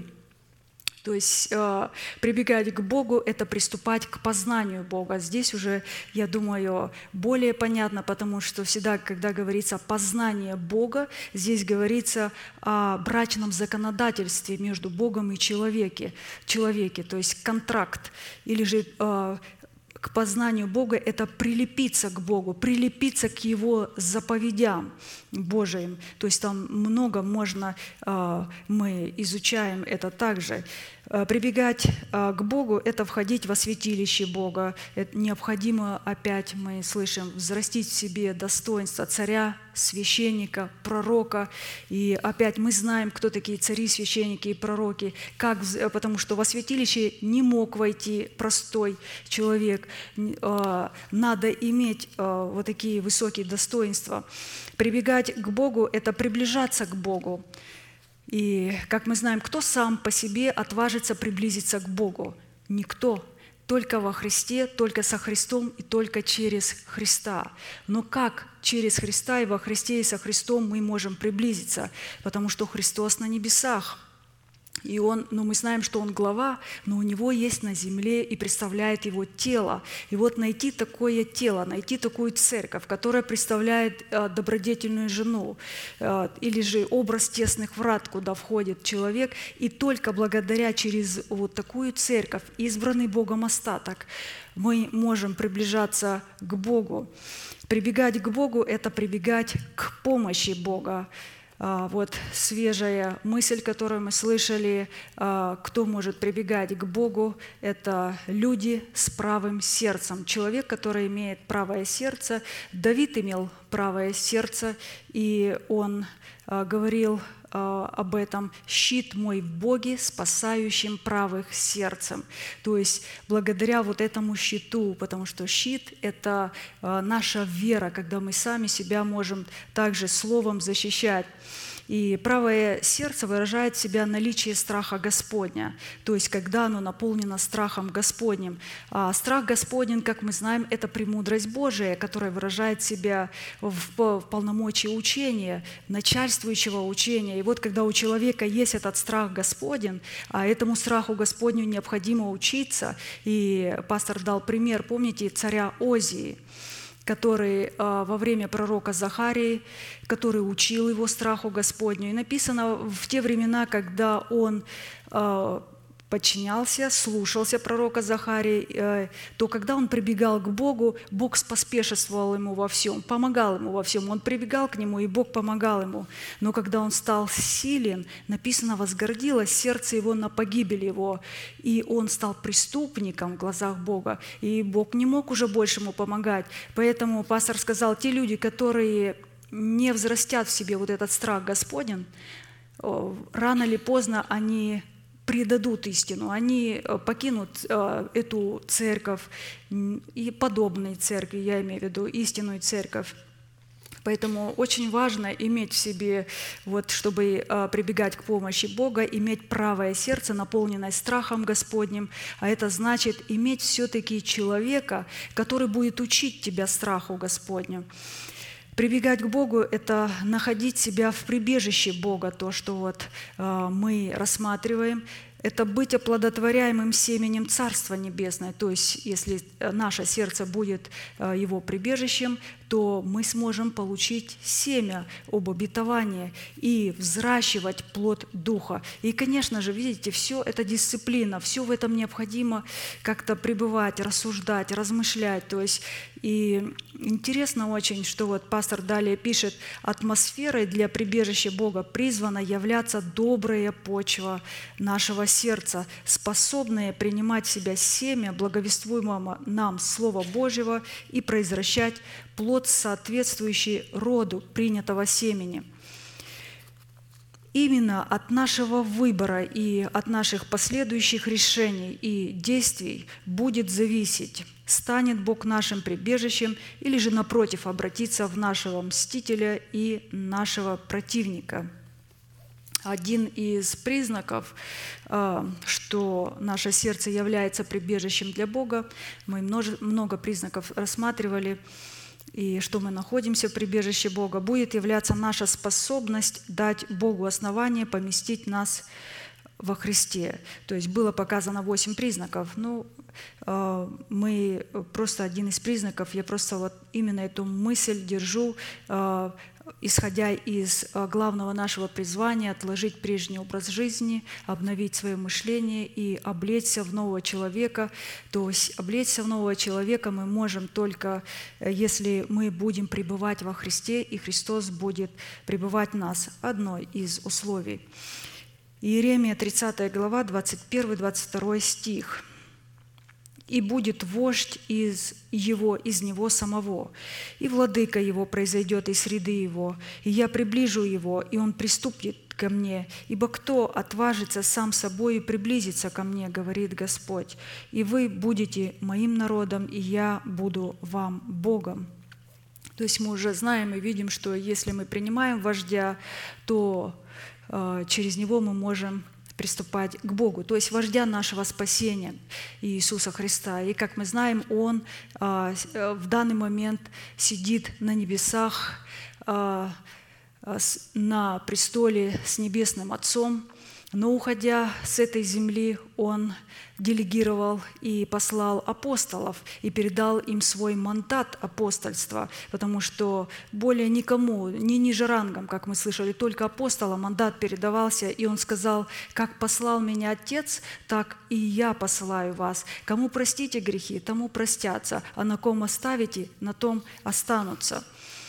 То есть э, прибегать к Богу – это приступать к познанию Бога. Здесь уже, я думаю, более понятно, потому что всегда, когда говорится познание Бога, здесь говорится о брачном законодательстве между Богом и человеке, человеке, то есть контракт, или же э, к познанию Бога – это прилепиться к Богу, прилепиться к Его заповедям Божиим. То есть там много можно, мы изучаем это также. Прибегать к Богу – это входить во святилище Бога. Это необходимо, опять мы слышим, взрастить в себе достоинство царя, священника, пророка. И опять мы знаем, кто такие цари, священники и пророки, как, потому что во святилище не мог войти простой человек. Надо иметь вот такие высокие достоинства. Прибегать к Богу – это приближаться к Богу. И, как мы знаем, кто сам по себе отважится приблизиться к Богу? Никто. Только во Христе, только со Христом и только через Христа. Но как через Христа и во Христе и со Христом мы можем приблизиться? Потому что Христос на небесах. И он, ну, мы знаем, что Он глава, но у Него есть на земле и представляет Его тело. И вот найти такое тело, найти такую церковь, которая представляет э, добродетельную жену, э, или же образ тесных врат, куда входит человек, и только благодаря через вот такую церковь, избранный Богом остаток, мы можем приближаться к Богу. Прибегать к Богу – это прибегать к помощи Бога. Вот свежая мысль, которую мы слышали, кто может прибегать к Богу, это люди с правым сердцем. Человек, который имеет правое сердце. Давид имел правое сердце, и он говорил об этом: «Щит мой в Боге, спасающим правых сердцем». То есть благодаря вот этому щиту, потому что щит – это наша вера, когда мы сами себя можем также словом защищать. И правое сердце выражает в себя наличие страха Господня, то есть когда оно наполнено страхом Господним. А страх Господень, как мы знаем, это премудрость Божия, которая выражает себя в полномочии учения, начальствующего учения. И вот когда у человека есть этот страх Господень, а этому страху Господню необходимо учиться, и пастор дал пример, помните, царя Озии, который во время пророка Захарии, который учил его страху Господню. И написано, в те времена, когда он подчинялся, слушался пророка Захарии, то когда он прибегал к Богу, Бог споспешествовал ему во всем, помогал ему во всем. Он прибегал к нему, и Бог помогал ему. Но когда он стал силен, написано, возгордилось сердце его на погибель его, и он стал преступником в глазах Бога, и Бог не мог уже больше ему помогать. Поэтому пастор сказал, те люди, которые не взрастят в себе вот этот страх Господень, рано или поздно они предадут истину, они покинут эту церковь и подобные церкви, я имею в виду истинную церковь. Поэтому очень важно иметь в себе, вот, чтобы прибегать к помощи Бога, иметь правое сердце, наполненное страхом Господним, а это значит иметь все-таки человека, который будет учить тебя страху Господню. Прибегать к Богу – это находить себя в прибежище Бога, то, что вот мы рассматриваем. Это быть оплодотворяемым семенем Царства Небесное. То есть, если наше сердце будет его прибежищем, то мы сможем получить семя об обетовании и взращивать плод Духа. И, конечно же, видите, все это дисциплина, все в этом необходимо как-то пребывать, рассуждать, размышлять. То есть, и интересно очень, что вот пастор далее пишет: атмосферой для прибежища Бога призвана являться добрая почва нашего сердца, способная принимать в себя семя благовествуемого нам Слова Божьего и произвращать плод, соответствующий роду принятого семени. Именно от нашего выбора и от наших последующих решений и действий будет зависеть, станет Бог нашим прибежищем или же, напротив, обратится в нашего мстителя и нашего противника. Один из признаков, что наше сердце является прибежищем для Бога, мы много признаков рассматривали, и что мы находимся в прибежище Бога, будет являться наша способность дать Богу основание поместить нас во Христе. То есть было показано восемь признаков. Ну, мы просто один из признаков, я просто вот именно эту мысль держу, исходя из главного нашего призвания, отложить прежний образ жизни, обновить свое мышление и облечься в нового человека. То есть облечься в нового человека мы можем только, если мы будем пребывать во Христе, и Христос будет пребывать в нас. Одно из условий. Иеремия тридцатая глава, двадцать первый двадцать второй стих. «И будет вождь из его, из него самого, и владыка его произойдет из среды его, и я приближу его, и он приступит ко мне. Ибо кто отважится сам собой и приблизится ко мне, говорит Господь, и вы будете моим народом, и я буду вам Богом». То есть мы уже знаем и видим, что если мы принимаем вождя, то э, через него мы можем приступать к Богу, то есть вождя нашего спасения Иисуса Христа. И, как мы знаем, Он а, в данный момент сидит на небесах, а, а, с, на престоле с Небесным Отцом, но, уходя с этой земли, Он делегировал и послал апостолов и передал им свой мандат апостольства, потому что более никому, ни ниже рангом, как мы слышали, только апостолам мандат передавался, и он сказал: «Как послал меня Отец, так и я посылаю вас. Кому простите грехи, тому простятся, а на ком оставите, на том останутся».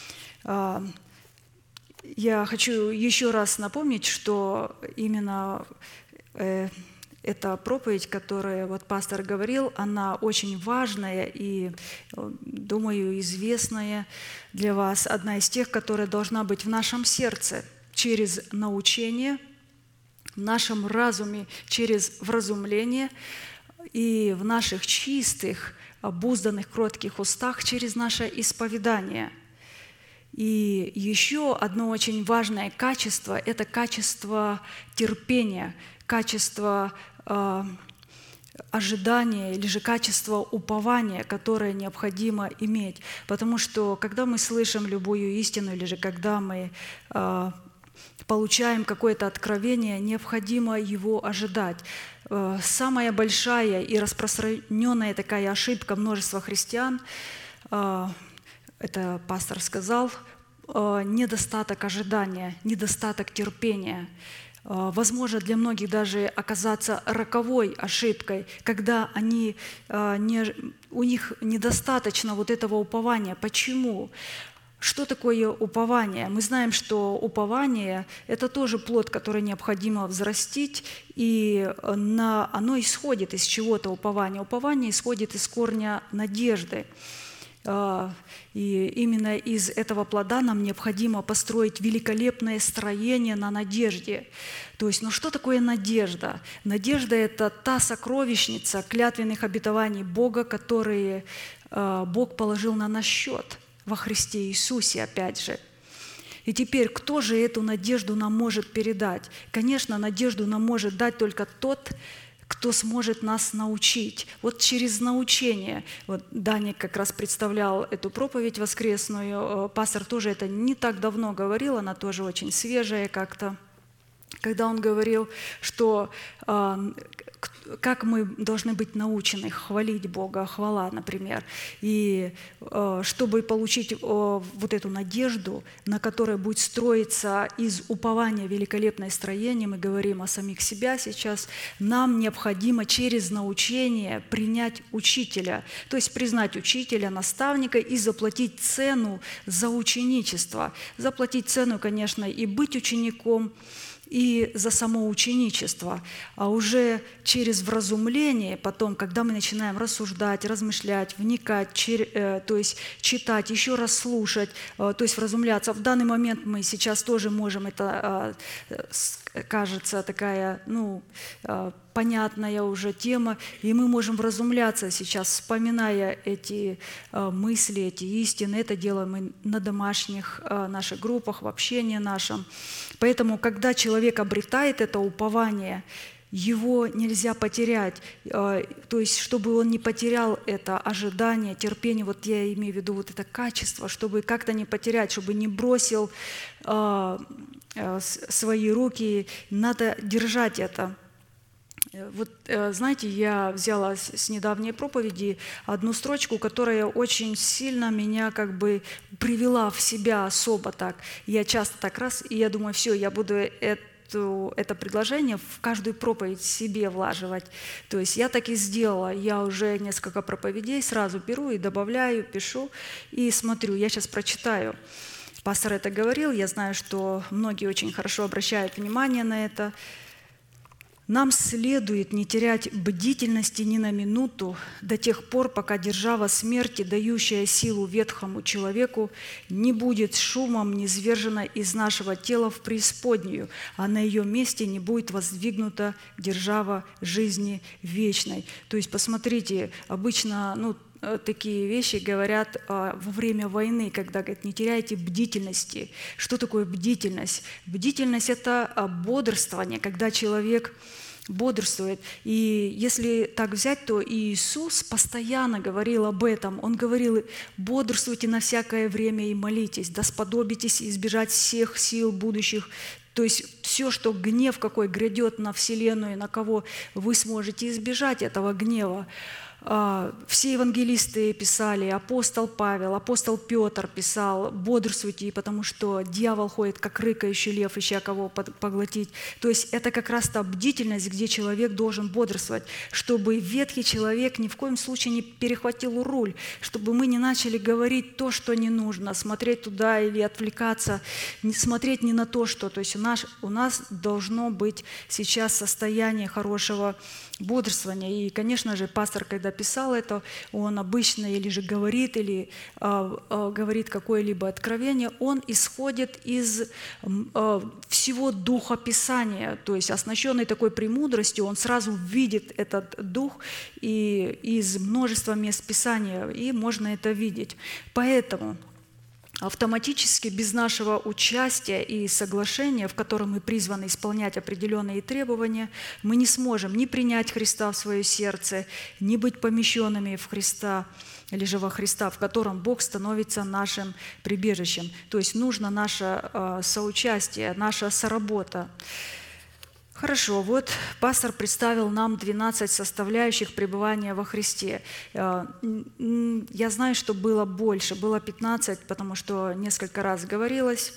Я хочу еще раз напомнить, что именно эта проповедь, которую вот пастор говорил, она очень важная и, думаю, известная для вас, одна из тех, которая должна быть в нашем сердце через научение, в нашем разуме через вразумление и в наших чистых, обузданных, кротких устах через наше исповедание. И еще одно очень важное качество – это качество терпения, качество э, ожидания или же качество упования, которое необходимо иметь. Потому что когда мы слышим любую истину или же когда мы э, получаем какое-то откровение, необходимо его ожидать. Э, самая большая и распространенная такая ошибка множества христиан э, – это пастор сказал, недостаток ожидания, недостаток терпения. Возможно, для многих даже оказаться роковой ошибкой, когда они, не, у них недостаточно вот этого упования. Почему? Что такое упование? Мы знаем, что упование – это тоже плод, который необходимо взрастить, и на, оно исходит из чего-то упования. Упование исходит из корня надежды. И именно из этого плода нам необходимо построить великолепное строение на надежде. То есть, ну что такое надежда? Надежда – это та сокровищница клятвенных обетований Бога, которые Бог положил на наш счет во Христе Иисусе, опять же. И теперь, кто же эту надежду нам может передать? Конечно, надежду нам может дать только тот, кто сможет нас научить. Вот через научение. Вот Даник как раз представлял эту проповедь воскресную. Пастор тоже это не так давно говорил, она тоже очень свежая как-то. Когда он говорил, что э, как мы должны быть научены хвалить Бога, хвала, например. И э, чтобы получить э, вот эту надежду, на которой будет строиться из упования великолепное строение, мы говорим о самих себя сейчас, нам необходимо через научение принять учителя, то есть признать учителя, наставника и заплатить цену за ученичество. Заплатить цену, конечно, и быть учеником, и за само ученичество, а уже через вразумление, потом, когда мы начинаем рассуждать, размышлять, вникать, чер, э, то есть читать, еще раз слушать, э, то есть вразумляться. В данный момент мы сейчас тоже можем, это э, кажется такая, ну, э, понятная уже тема, и мы можем вразумляться сейчас, вспоминая эти э, мысли, эти истины. Это делаем мы на домашних э, наших группах, в общении нашем. Поэтому, когда человек обретает это упование, его нельзя потерять. То есть, чтобы он не потерял это ожидание, терпение, вот я имею в виду вот это качество, чтобы как-то не потерять, чтобы не бросил свои руки, надо держать это. Вот, знаете, я взяла с недавней проповеди одну строчку, которая очень сильно меня как бы привела в себя особо так. Я часто так раз, и я думаю, все, я буду эту, это предложение в каждую проповедь себе влаживать. То есть я так и сделала. Я уже несколько проповедей сразу беру и добавляю, пишу и смотрю. Я сейчас прочитаю. Пастор это говорил, я знаю, что многие очень хорошо обращают внимание на это. Нам следует не терять бдительности ни на минуту до тех пор, пока держава смерти, дающая силу ветхому человеку, не будет шумом низвержена из нашего тела в преисподнюю, а на ее месте не будет воздвигнута держава жизни вечной. То есть, посмотрите, обычно, ну, такие вещи говорят а, во время войны, когда говорят, не теряйте бдительности. Что такое бдительность? Бдительность – это а, бодрствование, когда человек бодрствует. И если так взять, то Иисус постоянно говорил об этом. Он говорил: бодрствуйте на всякое время и молитесь, да сподобитесь избежать всех сил будущих. То есть все, что гнев какой грядет на вселенную, на кого вы сможете избежать этого гнева. Все евангелисты писали, апостол Павел, апостол Петр писал: бодрствуйте, потому что дьявол ходит, как рыкающий лев, ища кого поглотить. То есть это как раз та бдительность, где человек должен бодрствовать, чтобы ветхий человек ни в коем случае не перехватил руль, чтобы мы не начали говорить то, что не нужно, смотреть туда или отвлекаться, не смотреть не на то, что. То есть у нас, у нас должно быть сейчас состояние хорошего бодрствования. И, конечно же, пастор, когда писал это, он обычно или же говорит, или э, э, говорит какое-либо откровение, он исходит из э, всего духа Писания, то есть оснащенный такой премудростью, он сразу видит этот дух и из множества мест Писания, и можно это видеть. Поэтому автоматически, без нашего участия и соглашения, в котором мы призваны исполнять определенные требования, мы не сможем ни принять Христа в свое сердце, ни быть помещенными в Христа, или же во Христа, в котором Бог становится нашим прибежищем. То есть нужно наше э, соучастие, наша соработа. Хорошо, вот пастор представил нам двенадцать составляющих пребывания во Христе. Я знаю, что было больше, было пятнадцать, потому что несколько раз говорилось,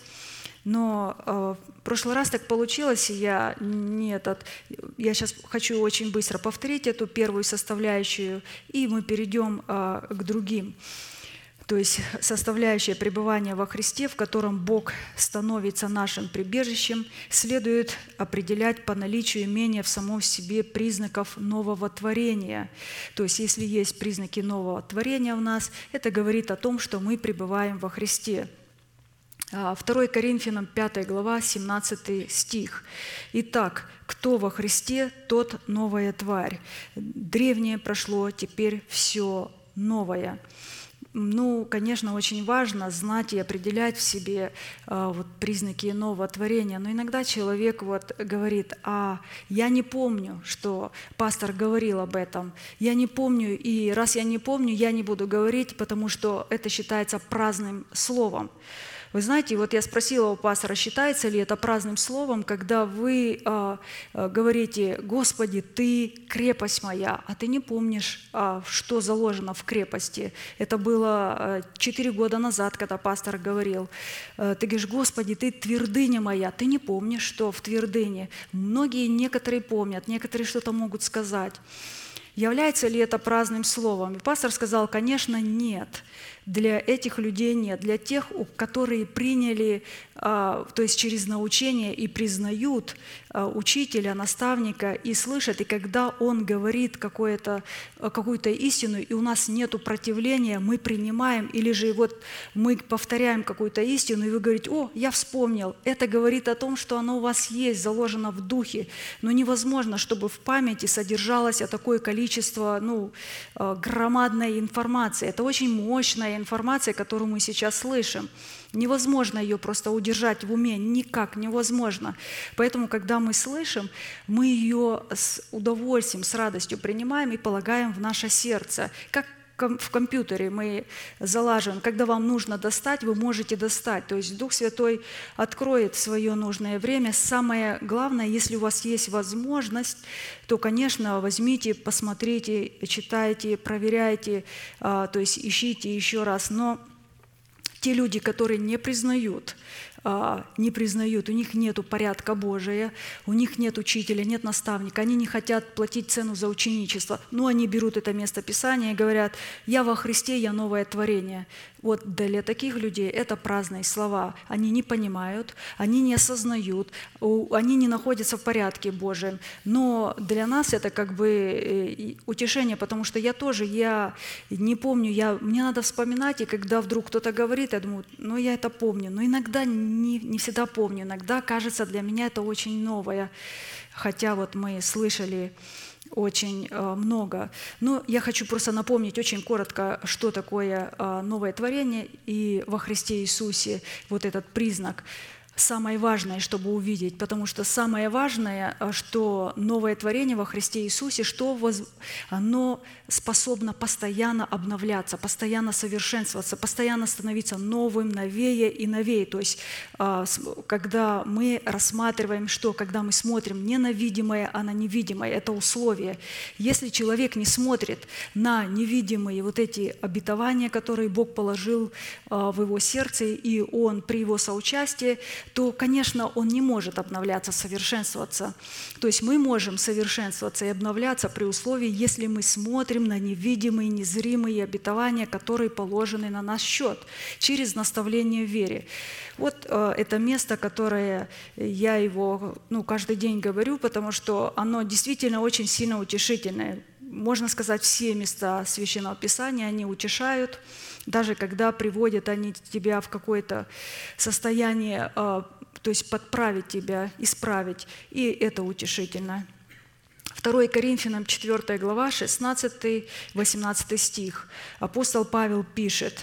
но в прошлый раз так получилось, и я, не этот, я сейчас хочу очень быстро повторить эту первую составляющую, и мы перейдем к другим. то есть составляющая пребывания во Христе, в котором Бог становится нашим прибежищем, следует определять по наличию имения в самом себе признаков нового творения. То есть если есть признаки нового творения в нас, это говорит о том, что мы пребываем во Христе. второе Коринфянам пятая глава, семнадцатый стих. «Итак, кто во Христе, тот новая тварь. Древнее прошло, теперь все новое». Ну, конечно, очень важно знать и определять в себе а, вот, признаки нового творения. Но иногда человек вот говорит: «А я не помню, что пастор говорил об этом. Я не помню, и раз я не помню, я не буду говорить, потому что это считается праздным словом». Вы знаете, вот я спросила у пастора, считается ли это праздным словом, когда вы э, э, говорите: «Господи, Ты крепость моя», а ты не помнишь, э, что заложено в крепости. Это было четыре года назад, когда пастор говорил. Э, ты говоришь: «Господи, Ты твердыня моя», ты не помнишь, что в твердыне. Многие, некоторые помнят, некоторые что-то могут сказать. Является ли это праздным словом? И пастор сказал: конечно, нет. Для этих людей нет. Для тех, которые приняли, то есть через научение и признают учителя, наставника и слышат, и когда он говорит какую-то какую-то истину, и у нас нет противления, мы принимаем, или же вот мы повторяем какую-то истину, и вы говорите: «О, я вспомнил». Это говорит о том, что оно у вас есть, заложено в духе. Но невозможно, чтобы в памяти содержалось такое количество ну, громадной информации. Это очень мощная информация, которую мы сейчас слышим. Невозможно ее просто удержать в уме, никак невозможно. Поэтому, когда мы слышим, мы ее с удовольствием, с радостью принимаем и полагаем в наше сердце. Как в компьютере мы залаживаем, когда вам нужно достать, вы можете достать. То есть Дух Святой откроет в свое нужное время. Самое главное, если у вас есть возможность, то, конечно, возьмите, посмотрите, читайте, проверяйте, то есть ищите еще раз. Но те люди, которые не признают, не признают, у них нет порядка Божия, у них нет учителя, нет наставника, они не хотят платить цену за ученичество, но они берут это место Писания и говорят: «Я во Христе, я новое творение». Вот для таких людей это праздные слова. Они не понимают, они не осознают, они не находятся в порядке Божьем. Но для нас это как бы утешение, потому что я тоже, я не помню, я, мне надо вспоминать, и когда вдруг кто-то говорит, я думаю: ну я это помню, но иногда не, не всегда помню, иногда кажется, для меня это очень новое, хотя вот мы слышали очень э, много. Но я хочу просто напомнить очень коротко, что такое э, новое творение и во Христе Иисусе вот этот признак. Самое важное, чтобы увидеть, потому что самое важное, что новое творение во Христе Иисусе, что воз... оно способно постоянно обновляться, постоянно совершенствоваться, постоянно становиться новым, новее и новее. То есть, когда мы рассматриваем, что, когда мы смотрим не на видимое, а на невидимое, это условие. Если человек не смотрит на невидимые вот эти обетования, которые Бог положил в его сердце, и он при его соучастии, то, конечно, он не может обновляться, совершенствоваться. То есть мы можем совершенствоваться и обновляться при условии, если мы смотрим на невидимые, незримые обетования, которые положены на наш счет через наставление в вере. Вот э, это место, которое я его ну, каждый день говорю, потому что оно действительно очень сильно утешительное. Можно сказать, все места Священного Писания, они утешают, даже когда приводят они тебя в какое-то состояние, то есть подправить тебя, исправить, и это утешительно. второе Коринфянам четвёртая глава, шестнадцатый-восемнадцатый стих. Апостол Павел пишет: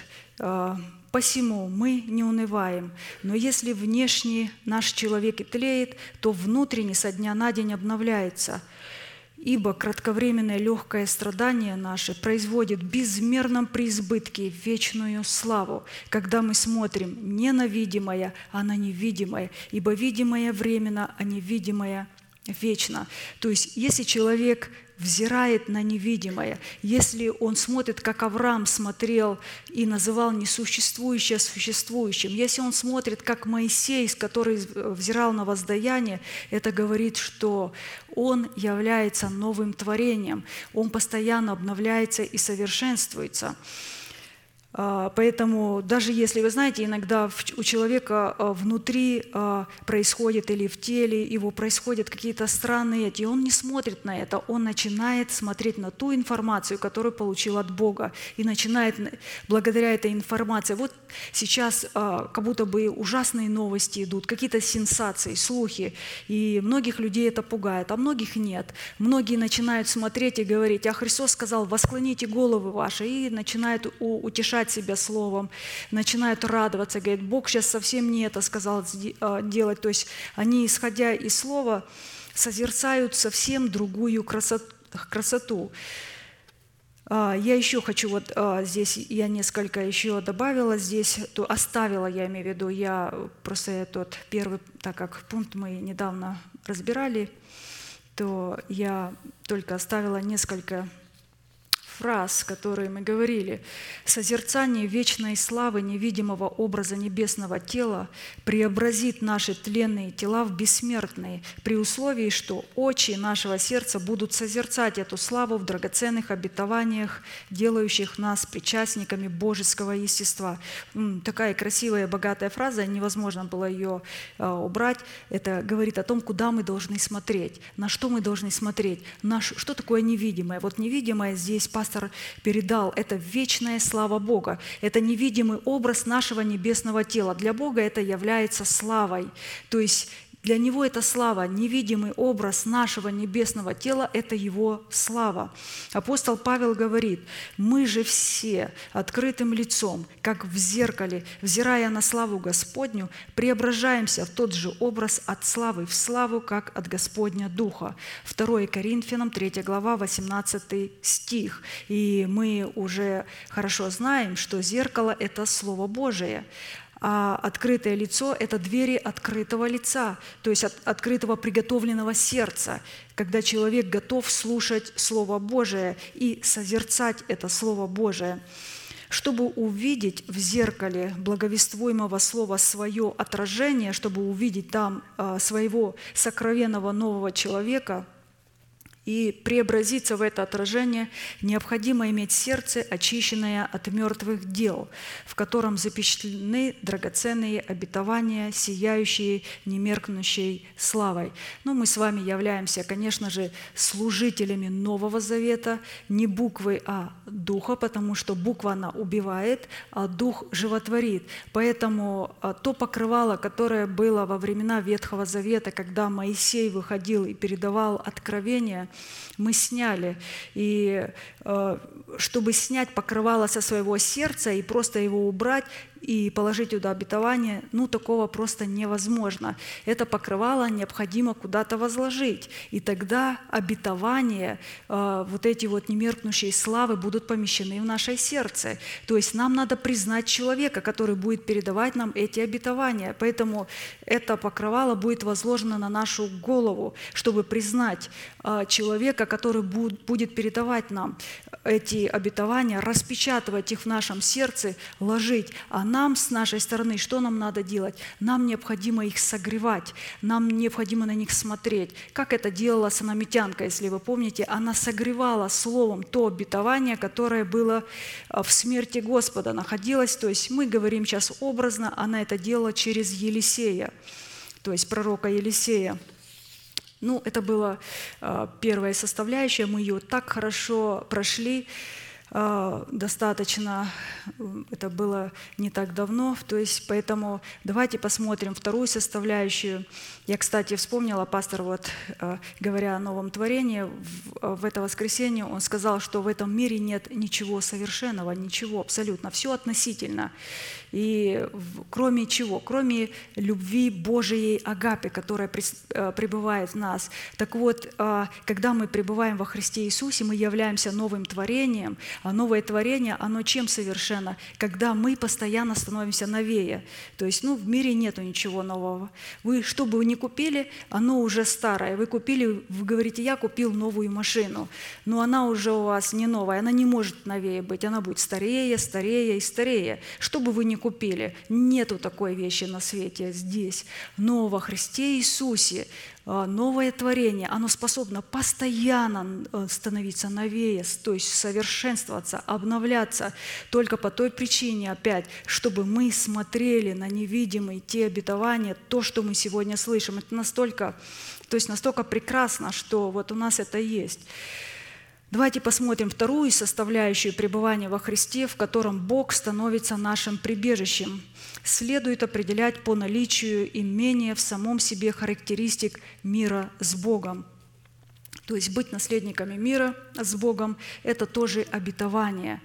«Посему мы не унываем, но если внешне наш человек и тлеет, то внутренне со дня на день обновляется. Ибо кратковременное легкое страдание наше производит в безмерном преизбытке вечную славу, когда мы смотрим не на видимое, а на невидимое, ибо видимое временно, а невидимое вечно». То есть, если человек взирает на невидимое, если он смотрит, как Авраам смотрел и называл несуществующее существующим, если он смотрит, как Моисей, который взирал на воздаяние, это говорит, что он является новым творением, он постоянно обновляется и совершенствуется. Поэтому даже если, вы знаете, иногда у человека внутри происходит или в теле его происходят какие-то странные эти, и он не смотрит на это, он начинает смотреть на ту информацию, которую получил от Бога, и начинает благодаря этой информации. Вот сейчас как будто бы ужасные новости идут, какие-то сенсации, слухи, и многих людей это пугает, а многих нет. Многие начинают смотреть и говорить: а Христос сказал: восклоните головы ваши, и начинают утешать себя словом, начинают радоваться, говорят: Бог сейчас совсем не это сказал делать. То есть они, исходя из слова, созерцают совсем другую красоту. Я еще хочу, вот здесь я несколько еще добавила, здесь, то оставила, я имею в виду, я просто этот первый, так как пункт мы недавно разбирали, то я только оставила несколько фраз, которые мы говорили. «Созерцание вечной славы невидимого образа небесного тела преобразит наши тленные тела в бессмертные, при условии, что очи нашего сердца будут созерцать эту славу в драгоценных обетованиях, делающих нас причастниками божеского естества». Такая красивая, богатая фраза, невозможно было ее убрать. Это говорит о том, куда мы должны смотреть, на что мы должны смотреть, на что такое невидимое. Вот невидимое здесь пастор передал, это вечная слава Бога, это невидимый образ нашего небесного тела. Для Бога это является славой, то есть для Него это слава, невидимый образ нашего небесного тела – это Его слава. Апостол Павел говорит: «Мы же все открытым лицом, как в зеркале, взирая на славу Господню, преображаемся в тот же образ от славы в славу, как от Господня Духа». второе Коринфянам, третья глава, восемнадцатый стих. И мы уже хорошо знаем, что зеркало – это Слово Божие. А открытое лицо – это двери открытого лица, то есть от, открытого приготовленного сердца, когда человек готов слушать Слово Божие и созерцать это Слово Божие. Чтобы увидеть в зеркале благовествуемого слова свое отражение, чтобы увидеть там а, своего сокровенного нового человека и преобразиться в это отражение, необходимо иметь сердце, очищенное от мертвых дел, в котором запечатлены драгоценные обетования, сияющие немеркнущей славой. Но мы с вами являемся, конечно же, служителями Нового Завета, не буквы, а духа, потому что буква, она убивает, а дух животворит. Поэтому то покрывало, которое было во времена Ветхого Завета, когда Моисей выходил и передавал откровения, мы сняли. И э, чтобы снять покрывало со своего сердца и просто его убрать, и положить туда обетование, ну, такого просто невозможно. Это покрывало необходимо куда-то возложить. И тогда обетования, э, вот эти вот немеркнущие славы будут помещены в наше сердце. То есть нам надо признать человека, который будет передавать нам эти обетования. Поэтому это покрывало будет возложено на нашу голову, чтобы признать э, человека, который будет, будет передавать нам эти обетования, распечатывать их в нашем сердце, ложить. А нам с нашей стороны, что нам надо делать? Нам необходимо их согревать, нам необходимо на них смотреть. Как это делала санамитянка, если вы помните, она согревала словом то обетование, которое было в смерти Господа, находилось. То есть мы говорим сейчас образно, она это делала через Елисея, то есть пророка Елисея. Ну, это была первая составляющая, мы ее так хорошо прошли, достаточно, это было не так давно, то есть поэтому давайте посмотрим вторую составляющую. Я, кстати, вспомнила, пастор, вот, говоря о новом творении, в это воскресенье он сказал, что в этом мире нет ничего совершенного, ничего абсолютно, все относительно. И кроме чего? Кроме любви Божией агапы, которая пребывает в нас. Так вот, когда мы пребываем во Христе Иисусе, мы являемся новым творением, а новое творение, оно чем совершенно? Когда мы постоянно становимся новее. То есть, ну, в мире нету ничего нового. Вы, что бы вы ни купили, оно уже старое. Вы купили, вы говорите: я купил новую машину, но она уже у вас не новая, она не может новее быть, она будет старее, старее и старее. Что бы вы ни купили, нету такой вещи на свете здесь. Но во Христе Иисусе новое творение, оно способно постоянно становиться новее, то есть совершенствоваться, обновляться только по той причине, опять, чтобы мы смотрели на невидимые те обетования, то, что мы сегодня слышим. Это настолько, то есть настолько прекрасно, что вот у нас это есть. Давайте посмотрим вторую составляющую пребывания во Христе, в котором Бог становится нашим прибежищем. Следует определять по наличию имения в самом себе характеристик мира с Богом. То есть быть наследниками мира с Богом – это тоже обетование.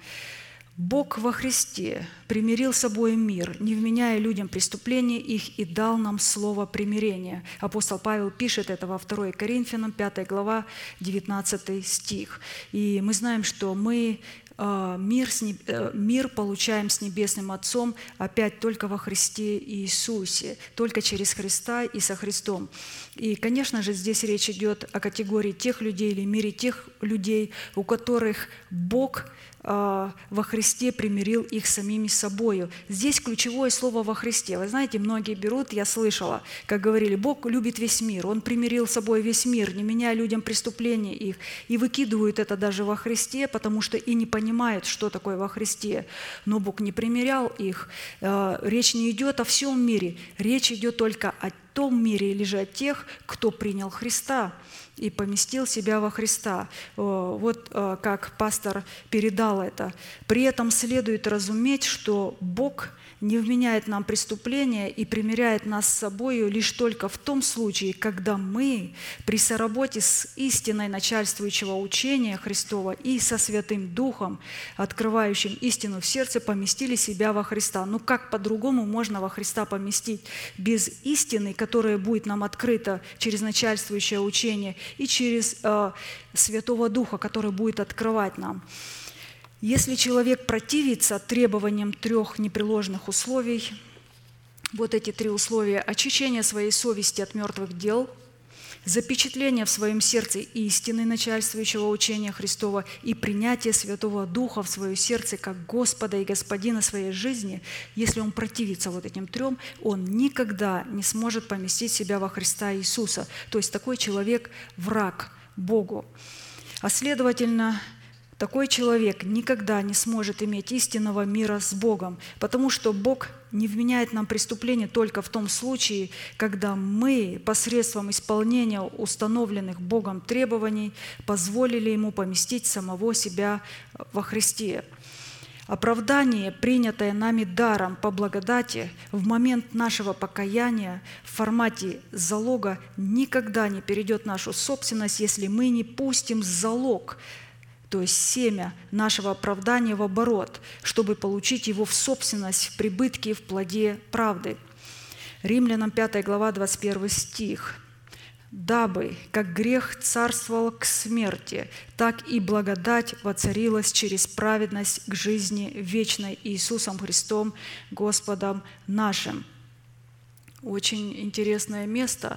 Бог во Христе примирил с собой мир, не вменяя людям преступления их, и дал нам слово примирения. Апостол Павел пишет это во второй Коринфянам, пятая глава, девятнадцатый стих. И мы знаем, что мы мир, с неб... мир получаем с Небесным Отцом опять только во Христе Иисусе, только через Христа и со Христом. И, конечно же, здесь речь идет о категории тех людей или мире тех людей, у которых Бог во Христе примирил их с самими собою. Здесь ключевое слово «во Христе». Вы знаете, многие берут, я слышала, как говорили, Бог любит весь мир, Он примирил с собой весь мир, не меняя людям преступления их, и выкидывают это даже во Христе, потому что и не понимают, что такое во Христе. Но Бог не примирял их. Речь не идет о всем мире, речь идет только о том мире или же о тех, кто принял Христа и поместил себя во Христа. Вот как пастор передал это. При этом следует разуметь, что Бог не вменяет нам преступления и примиряет нас с собою лишь только в том случае, когда мы при соработе с истиной начальствующего учения Христова и со Святым Духом, открывающим истину в сердце, поместили себя во Христа. Ну как по-другому можно во Христа поместить без истины, которая будет нам открыта через начальствующее учение и через э, Святого Духа, который будет открывать нам. Если человек противится требованиям трех непреложных условий, вот эти три условия: очищение своей совести от мертвых дел, запечатление в своем сердце истины начальствующего учения Христова и принятие Святого Духа в свое сердце как Господа и Господина своей жизни, если он противится вот этим трем, он никогда не сможет поместить себя во Христа Иисуса. То есть такой человек – враг Богу. А следовательно, такой человек никогда не сможет иметь истинного мира с Богом, потому что Бог не вменяет нам преступление только в том случае, когда мы посредством исполнения установленных Богом требований позволили Ему поместить самого себя во Христе. Оправдание, принятое нами даром по благодати, в момент нашего покаяния в формате залога никогда не перейдет в нашу собственность, если мы не пустим залог, то есть семя нашего оправдания в оборот, чтобы получить его в собственность, в прибытке, в плоде правды. Римлянам пятая глава, двадцать первый стих. «Дабы, как грех царствовал к смерти, так и благодать воцарилась через праведность к жизни вечной Иисусом Христом, Господом нашим». Очень интересное место.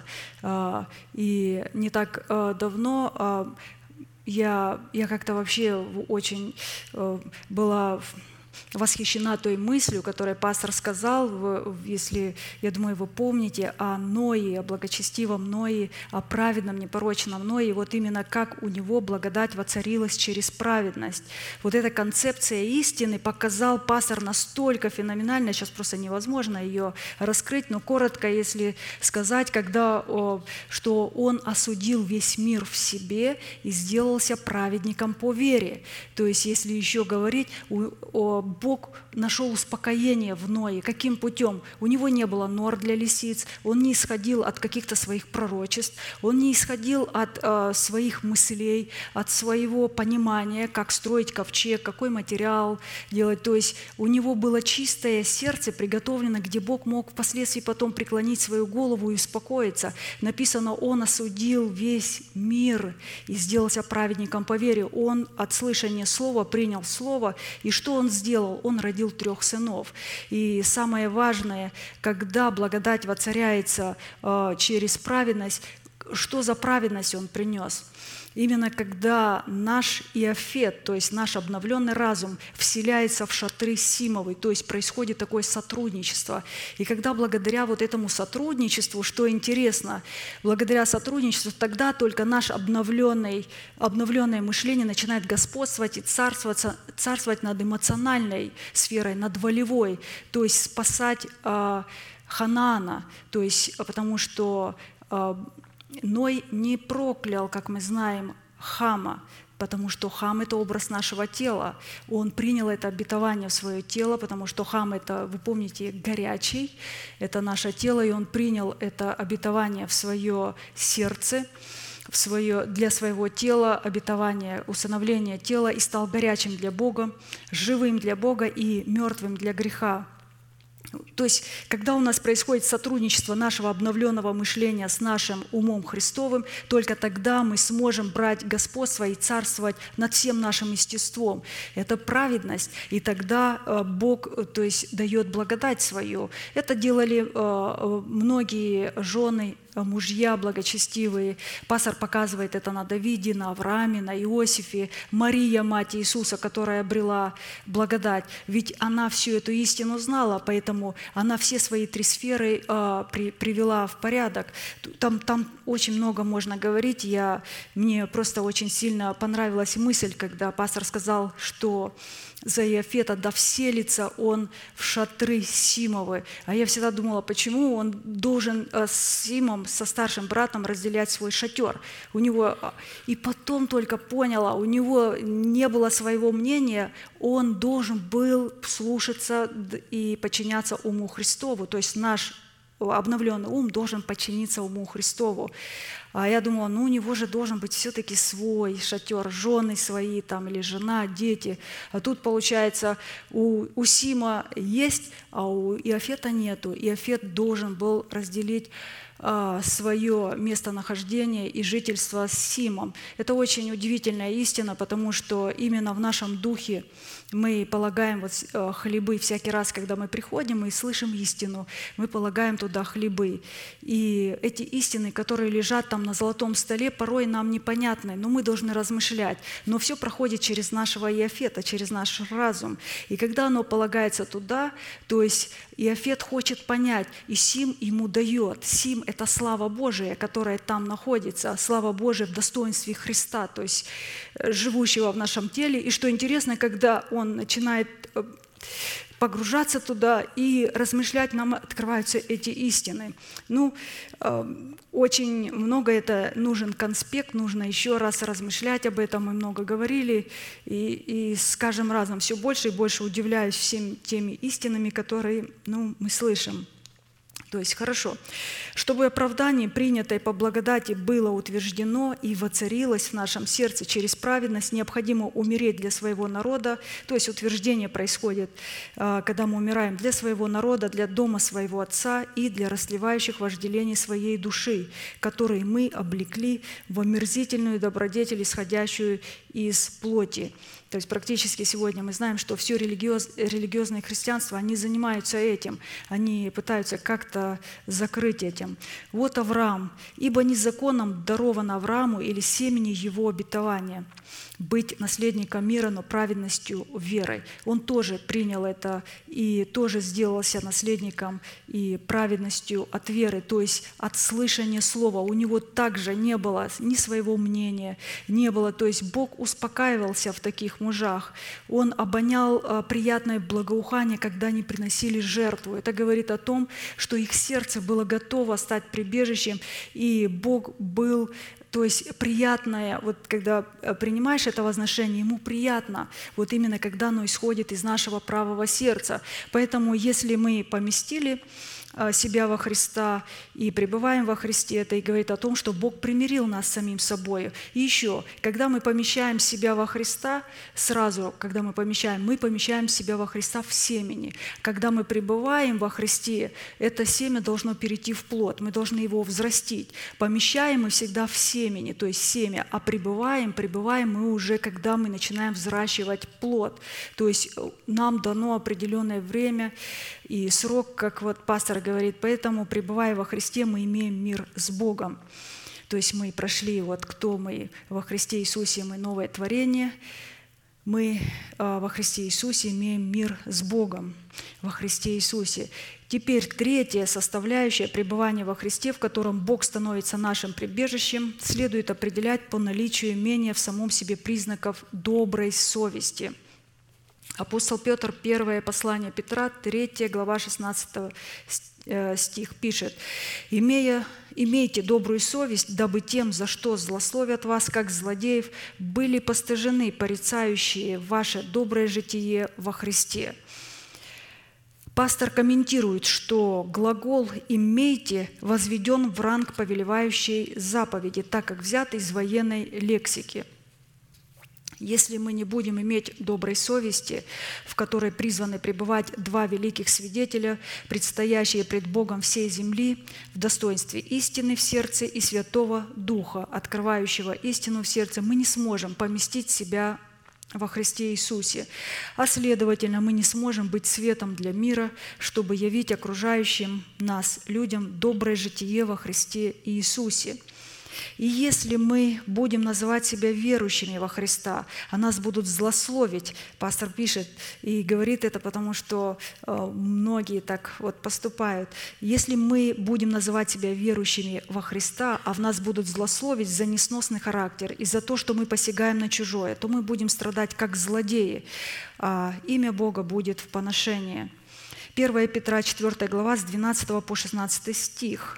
И не так давно Я, я как-то вообще очень э, была восхищена той мыслью, которую пастор сказал, если, я думаю, вы помните, о Ное, о благочестивом Ное, о праведном, непорочном Ное, вот именно как у него благодать воцарилась через праведность. Вот эта концепция истины показал пастор настолько феноменально, сейчас просто невозможно ее раскрыть, но коротко, если сказать, когда, что он осудил весь мир в себе и сделался праведником по вере. То есть, если еще говорить о Бог нашел успокоение в Ное. Каким путем? У него не было нор для лисиц, он не исходил от каких-то своих пророчеств, он не исходил от э, своих мыслей, от своего понимания, как строить ковчег, какой материал делать. То есть у него было чистое сердце приготовлено, где Бог мог впоследствии потом преклонить свою голову и успокоиться. Написано, он осудил весь мир и сделался праведником по вере. Он от слышания слова принял слово, и что он сделал? Он родил трех сынов. И самое важное, когда благодать воцаряется э, через праведность, что за праведность он принес? именно когда наш Иофет, то есть наш обновленный разум, вселяется в шатры Симовой, то есть происходит такое сотрудничество. И когда благодаря вот этому сотрудничеству, что интересно, благодаря сотрудничеству, тогда только наше обновленное, обновленное мышление начинает господствовать и царствовать, царствовать над эмоциональной сферой, над волевой, то есть спасать э, Ханаана, то есть потому что э, Ной не проклял, как мы знаем, Хама, потому что Хам – это образ нашего тела. Он принял это обетование в свое тело, потому что Хам – это, вы помните, горячий, это наше тело, и он принял это обетование в свое сердце, в свое, для своего тела, обетование, усыновление тела, и стал горячим для Бога, живым для Бога и мертвым для греха. То есть, когда у нас происходит сотрудничество нашего обновленного мышления с нашим умом Христовым, только тогда мы сможем брать господство и царствовать над всем нашим естеством. Это праведность, и тогда Бог, то есть, дает благодать свою. Это делали многие жены, мужья благочестивые. Пастор показывает это на Давиде, на Аврааме, на Иосифе, Мария, мать Иисуса, которая обрела благодать. Ведь она всю эту истину знала, поэтому она все свои три сферы э, при, привела в порядок. Там, там очень много можно говорить. Я, мне просто очень сильно понравилась мысль, когда пастор сказал, что за Иофета да вселится он в шатры Симовы. А я всегда думала, почему он должен с Симом, со старшим братом, разделять свой шатер. У него, и потом только поняла, у него не было своего мнения, он должен был слушаться и подчиняться уму Христову. То есть наш обновленный ум должен подчиниться уму Христову. А я думала, ну у него же должен быть все-таки свой шатер, жены свои там, или жена, дети. А тут, получается, у, у Сима есть, а у Иофета нету. Иофет должен был разделить а, свое местонахождение и жительство с Симом. Это очень удивительная истина, потому что именно в нашем духе мы полагаем вот хлебы всякий раз, когда мы приходим и слышим истину, мы полагаем туда хлебы. И эти истины, которые лежат там на золотом столе, порой нам непонятны, но мы должны размышлять. Но все проходит через нашего Иофета, через наш разум. И когда оно полагается туда, то есть Иофет хочет понять, и Сим ему дает. Сим – это слава Божия, которая там находится, слава Божия в достоинстве Христа, то есть живущего в нашем теле. И что интересно, когда он начинает погружаться туда и размышлять, нам открываются эти истины. Ну, очень много это, нужен конспект, нужно еще раз размышлять об этом, мы много говорили, и, и с каждым разом все больше и больше удивляюсь всеми теми истинами, которые, ну, мы слышим. То есть хорошо, чтобы оправдание, принятое по благодати, было утверждено и воцарилось в нашем сердце через праведность, необходимо умереть для своего народа. То есть утверждение происходит, когда мы умираем для своего народа, для дома своего Отца и для расливающих вожделений своей души, которые мы облекли в омерзительную добродетель, исходящую из плоти. То есть практически сегодня мы знаем, что все религиоз, религиозное христианство, они занимаются этим, они пытаются как-то закрыть этим. Вот Авраам, ибо не законом даровано Аврааму или семени его обетования быть наследником мира, но праведностью верой. Он тоже принял это и тоже сделался наследником и праведностью от веры, то есть от слышания слова. У него также не было ни своего мнения, не было, то есть Бог успокаивался в таких мужах. Он обонял приятное благоухание, когда они приносили жертву. Это говорит о том, что их сердце было готово стать прибежищем, и Бог был... То есть приятное, вот когда принимаешь это возношение, ему приятно, вот именно когда оно исходит из нашего правого сердца. Поэтому если мы поместили себя во Христа и пребываем во Христе, это и говорит о том, что Бог примирил нас с самим собой. И еще, когда мы помещаем себя во Христа, сразу, когда мы помещаем, мы помещаем себя во Христа в семени. Когда мы пребываем во Христе, это семя должно перейти в плод, мы должны его взрастить. Помещаем мы всегда в семени, то есть семя, а пребываем, пребываем мы уже, когда мы начинаем взращивать плод. То есть нам дано определенное время и срок, как вот пастор говорит, поэтому, пребывая во Христе, мы имеем мир с Богом. То есть мы прошли, вот кто мы во Христе Иисусе, мы новое творение. Мы во Христе Иисусе имеем мир с Богом, во Христе Иисусе. Теперь третья составляющая пребывания во Христе, в котором Бог становится нашим прибежищем, следует определять по наличию имения в самом себе признаков доброй совести. Апостол Петр, первое послание Петра, третья глава, шестнадцатый стих пишет: «Имея, «Имейте добрую совесть, дабы тем, за что злословят вас, как злодеев, были постыжены порицающие ваше доброе житие во Христе». Пастор комментирует, что глагол «имейте» возведен в ранг повелевающей заповеди, так как взят из военной лексики. Если мы не будем иметь доброй совести, в которой призваны пребывать два великих свидетеля, предстоящие пред Богом всей земли, в достоинстве истины в сердце и Святого Духа, открывающего истину в сердце, мы не сможем поместить себя во Христе Иисусе, а следовательно, мы не сможем быть светом для мира, чтобы явить окружающим нас людям доброе житие во Христе Иисусе. И если мы будем называть себя верующими во Христа, а нас будут злословить, пастор пишет и говорит это, потому что многие так вот поступают. Если мы будем называть себя верующими во Христа, а в нас будут злословить за несносный характер и за то, что мы посягаем на чужое, то мы будем страдать как злодеи, а имя Бога будет в поношении. первое Петра, четвёртая глава, с двенадцатого по шестнадцатый стих.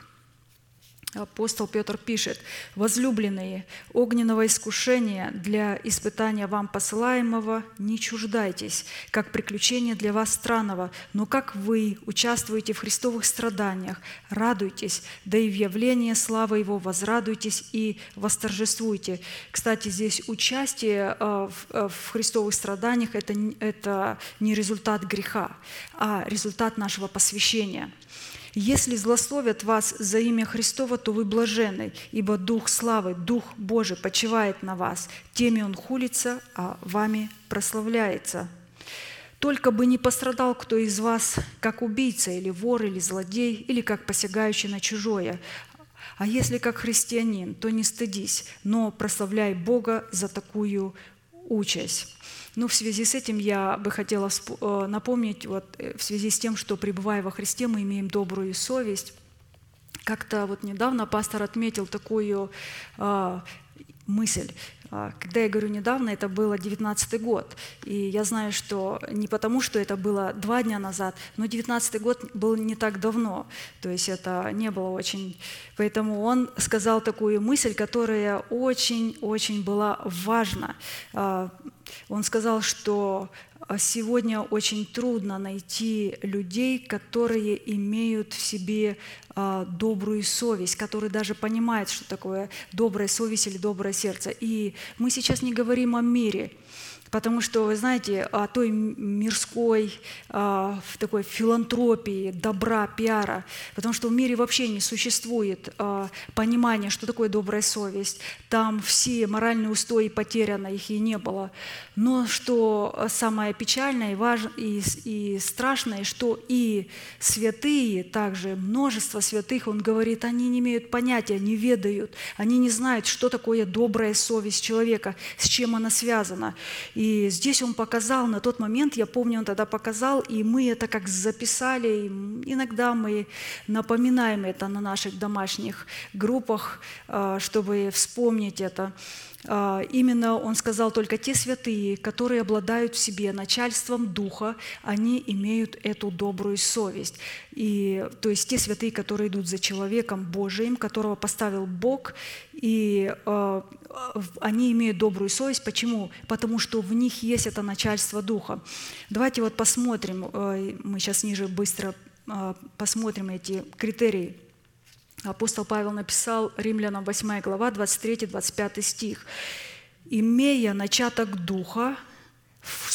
Апостол Петр пишет: «Возлюбленные, огненного искушения для испытания вам посылаемого не чуждайтесь, как приключение для вас странного, но как вы участвуете в христовых страданиях, радуйтесь, да и в явлении славы Его возрадуйтесь и восторжествуйте». Кстати, здесь участие в христовых страданиях – это, это не результат греха, а результат нашего посвящения. «Если злословят вас за имя Христово, то вы блаженны, ибо Дух славы, Дух Божий почивает на вас. Теми Он хулится, а вами прославляется. Только бы не пострадал кто из вас, как убийца, или вор, или злодей, или как посягающий на чужое. А если как христианин, то не стыдись, но прославляй Бога за такую участь». Ну, в связи с этим я бы хотела напомнить, вот, в связи с тем, что, пребывая во Христе, мы имеем добрую совесть. Как-то вот недавно пастор отметил такую э, мысль. Когда я говорю недавно, это было девятнадцатый год. И я знаю, что не потому, что это было два дня назад, но девятнадцатый год был не так давно. То есть это не было очень... Поэтому он сказал такую мысль, которая очень-очень была важна. Он сказал, что сегодня очень трудно найти людей, которые имеют в себе а, добрую совесть, которые даже понимают, что такое добрая совесть или доброе сердце. И мы сейчас не говорим о мире, потому что, вы знаете, о той мирской, а, в такой филантропии, добра, пиара, потому что в мире вообще не существует а, понимания, что такое добрая совесть. Там все моральные устои потеряны, их и не было. Но что самое печальное и, важное, и, и страшное, что и святые, также множество святых, он говорит, они не имеют понятия, не ведают, они не знают, что такое добрая совесть человека, с чем она связана. И здесь он показал, на тот момент, я помню, он тогда показал, и мы это как записали, и иногда мы напоминаем это на наших домашних группах, чтобы вспомнить это. Именно он сказал, только те святые, которые обладают в себе начальством Духа, они имеют эту добрую совесть. И, то есть те святые, которые идут за человеком Божиим, которого поставил Бог, и э, они имеют добрую совесть. Почему? Потому что в них есть это начальство Духа. Давайте вот посмотрим, э, мы сейчас ниже быстро э, посмотрим эти критерии. Апостол Павел написал, Римлянам восьмая глава, двадцать третий — двадцать пятый стих. «Имея начаток Духа,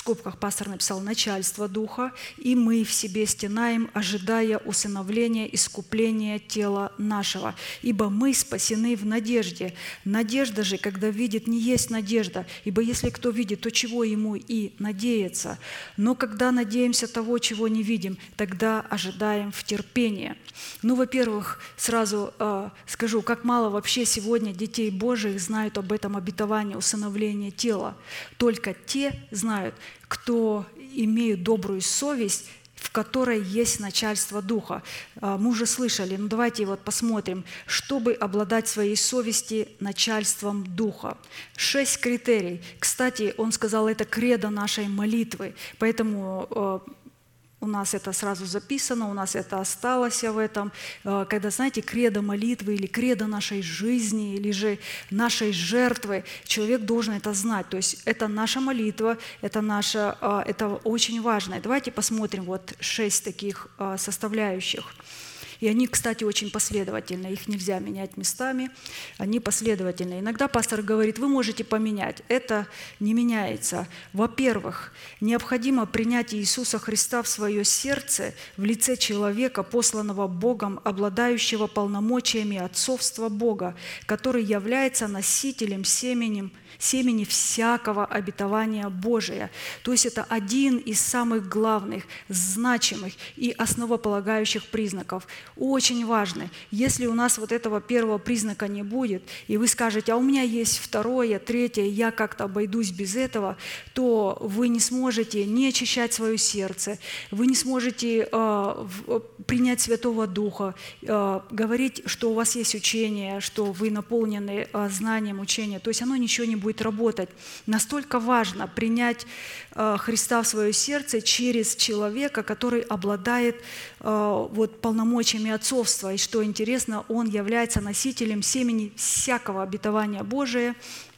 скобках пастор написал «начальство духа», и мы в себе стенаем, ожидая усыновления, искупления тела нашего. Ибо мы спасены в надежде. Надежда же, когда видит, не есть надежда, ибо если кто видит, то чего ему и надеяться. Но когда надеемся того, чего не видим, тогда ожидаем в терпении». Ну, во-первых, сразу э, скажу, как мало вообще сегодня детей Божьих знают об этом обетовании усыновления тела. Только те знают, кто имеют добрую совесть, в которой есть начальство духа. Мы уже слышали, ну давайте вот посмотрим, чтобы обладать своей совестью начальством духа. Шесть критерий. Кстати, он сказал, это кредо нашей молитвы, поэтому у нас это сразу записано, у нас это осталось в этом. Когда, знаете, кредо молитвы или кредо нашей жизни, или же нашей жертвы, человек должен это знать. То есть это наша молитва, это, наша, это очень важно. Давайте посмотрим вот шесть таких составляющих. И они, кстати, очень последовательны, их нельзя менять местами, они последовательны. Иногда пастор говорит, вы можете поменять, это не меняется. Во-первых, необходимо принять Иисуса Христа в свое сердце в лице человека, посланного Богом, обладающего полномочиями отцовства Бога, который является носителем семени, семени всякого обетования Божия. То есть это один из самых главных, значимых и основополагающих признаков. Очень важно. Если у нас вот этого первого признака не будет, и вы скажете, а у меня есть второе, третье, я как-то обойдусь без этого, то вы не сможете не очищать свое сердце, вы не сможете э, принять Святого Духа, э, говорить, что у вас есть учение, что вы наполнены э, знанием учения. То есть оно ничего не будет работать. Настолько важно принять э, Христа в свое сердце через человека, который обладает э, вот, полномочиями отцовства. И что интересно, он является носителем семени всякого обетования Божия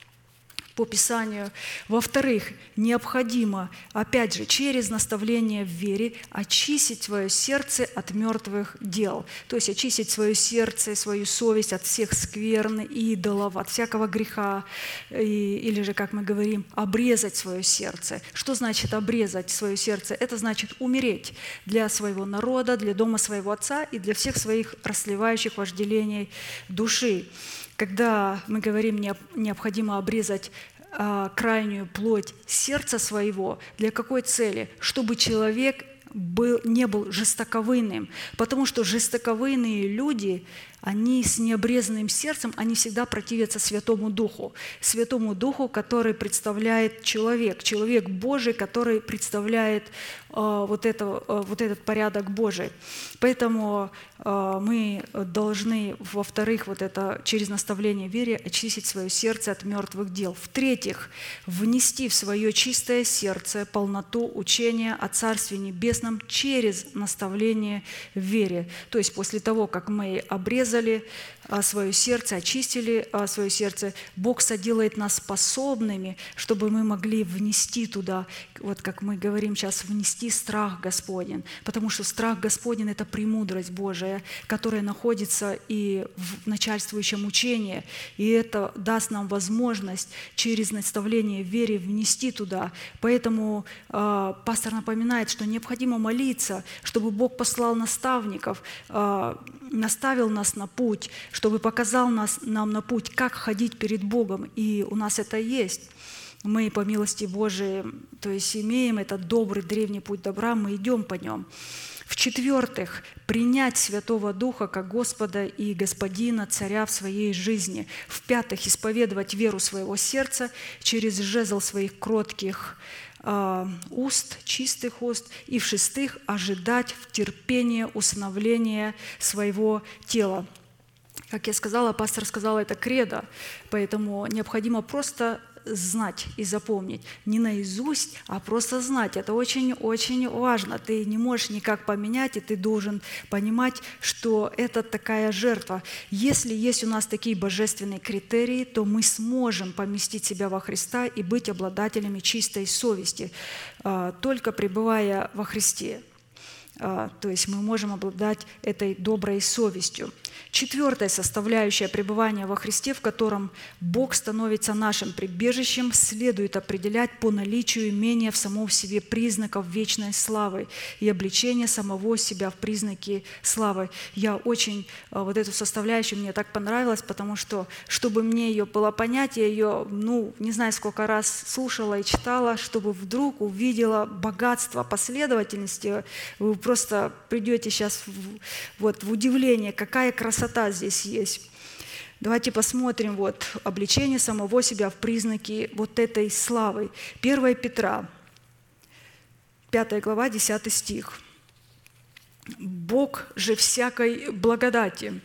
по Писанию. Во-вторых, необходимо, опять же, через наставление в вере очистить свое сердце от мертвых дел. То есть очистить свое сердце, свою совесть от всех скверн, идолов, от всякого греха. И, или же, как мы говорим, обрезать свое сердце. Что значит обрезать свое сердце? Это значит умереть для своего народа, для дома своего отца и для всех своих расслевающих вожделений души. Когда мы говорим, необходимо обрезать а, крайнюю плоть сердца своего, для какой цели? Чтобы человек был, не был жестоковыйным, потому что жестоковыйные люди, они с необрезанным сердцем, они всегда противятся Святому Духу. Святому Духу, который представляет человек, человек Божий, который представляет э, вот, это, э, вот этот порядок Божий. Поэтому э, мы должны, во-вторых, вот это, через наставление в вере очистить свое сердце от мертвых дел. В-третьих, внести в свое чистое сердце полноту учения о Царстве Небесном через наставление в вере. То есть после того, как мы обрезали свое сердце, очистили свое сердце, Бог соделает нас способными, чтобы мы могли внести туда, вот как мы говорим сейчас, внести страх Господень. Потому что страх Господень – это премудрость Божия, которая находится и в начальствующем учении. И это даст нам возможность через наставление в вере внести туда. Поэтому э, пастор напоминает, что необходимо молиться, чтобы Бог послал наставников, э, наставил нас на путь, чтобы показал нас, нам на путь, как ходить перед Богом. И у нас это есть. Мы по милости Божией, то есть имеем этот добрый древний путь добра, мы идем по нем. В-четвертых, принять Святого Духа как Господа и Господина, Царя в своей жизни. В-пятых, исповедовать веру своего сердца через жезл своих кротких э, уст, чистых уст. И в-шестых, ожидать в терпении усыновления своего тела. Как я сказала, пастор сказал, это кредо, поэтому необходимо просто знать и запомнить. Не наизусть, а просто знать. Это очень-очень важно. Ты не можешь никак поменять, и ты должен понимать, что это такая жертва. Если есть у нас такие божественные критерии, то мы сможем поместить себя во Христа и быть обладателями чистой совести, только пребывая во Христе. То есть мы можем обладать этой доброй совестью. Четвертая составляющая пребывания во Христе, в котором Бог становится нашим прибежищем, следует определять по наличию имения в самом себе признаков вечной славы и обличения самого себя в признаки славы. Я очень вот эту составляющую мне так понравилась, потому что, чтобы мне ее было понять, я ее, ну, не знаю, сколько раз слушала и читала, чтобы вдруг увидела богатство последовательности. Вы просто придете сейчас в, вот, в удивление, какая красота здесь есть. Давайте посмотрим вот обличение самого себя в признаки вот этой славы. первое Петра, пятая глава, десятый стих. «Бог же всякой благодати,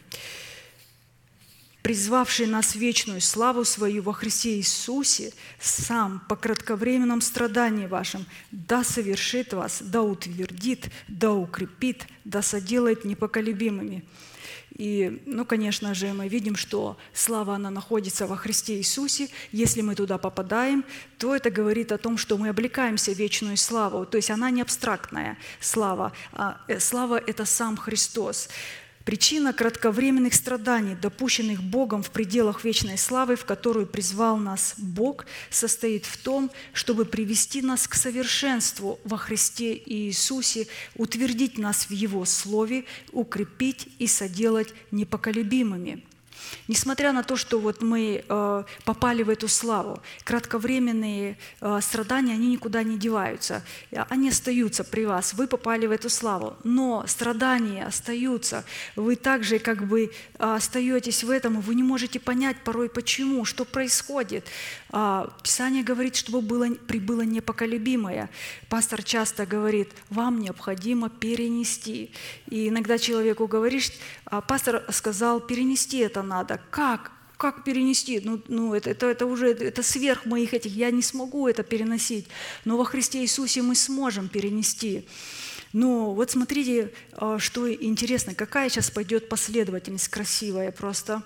призвавший нас в вечную славу свою во Христе Иисусе, сам по кратковременном страдании вашем да совершит вас, да утвердит, да укрепит, да соделает непоколебимыми». И, ну, конечно же, мы видим, что слава, она находится во Христе Иисусе. Если мы туда попадаем, то это говорит о том, что мы облекаемся в вечную славу. То есть она не абстрактная слава, а слава – это сам Христос. Причина кратковременных страданий, допущенных Богом в пределах вечной славы, в которую призвал нас Бог, состоит в том, чтобы привести нас к совершенству во Христе Иисусе, утвердить нас в Его Слове, укрепить и соделать непоколебимыми. Несмотря на то, что вот мы э, попали в эту славу, кратковременные э, страдания, они никуда не деваются, они остаются при вас, вы попали в эту славу, но страдания остаются, вы также как бы остаетесь в этом, и вы не можете понять порой почему, что происходит. А, Писание говорит, чтобы было, прибыло непоколебимое. Пастор часто говорит, вам необходимо перенести. И иногда человеку говоришь, а пастор сказал, перенести это надо. Как? Как перенести? Ну, ну это, это, это уже это сверх моих этих, я не смогу это переносить. Но во Христе Иисусе мы сможем перенести. Но вот смотрите, что интересно, какая сейчас пойдет последовательность красивая просто.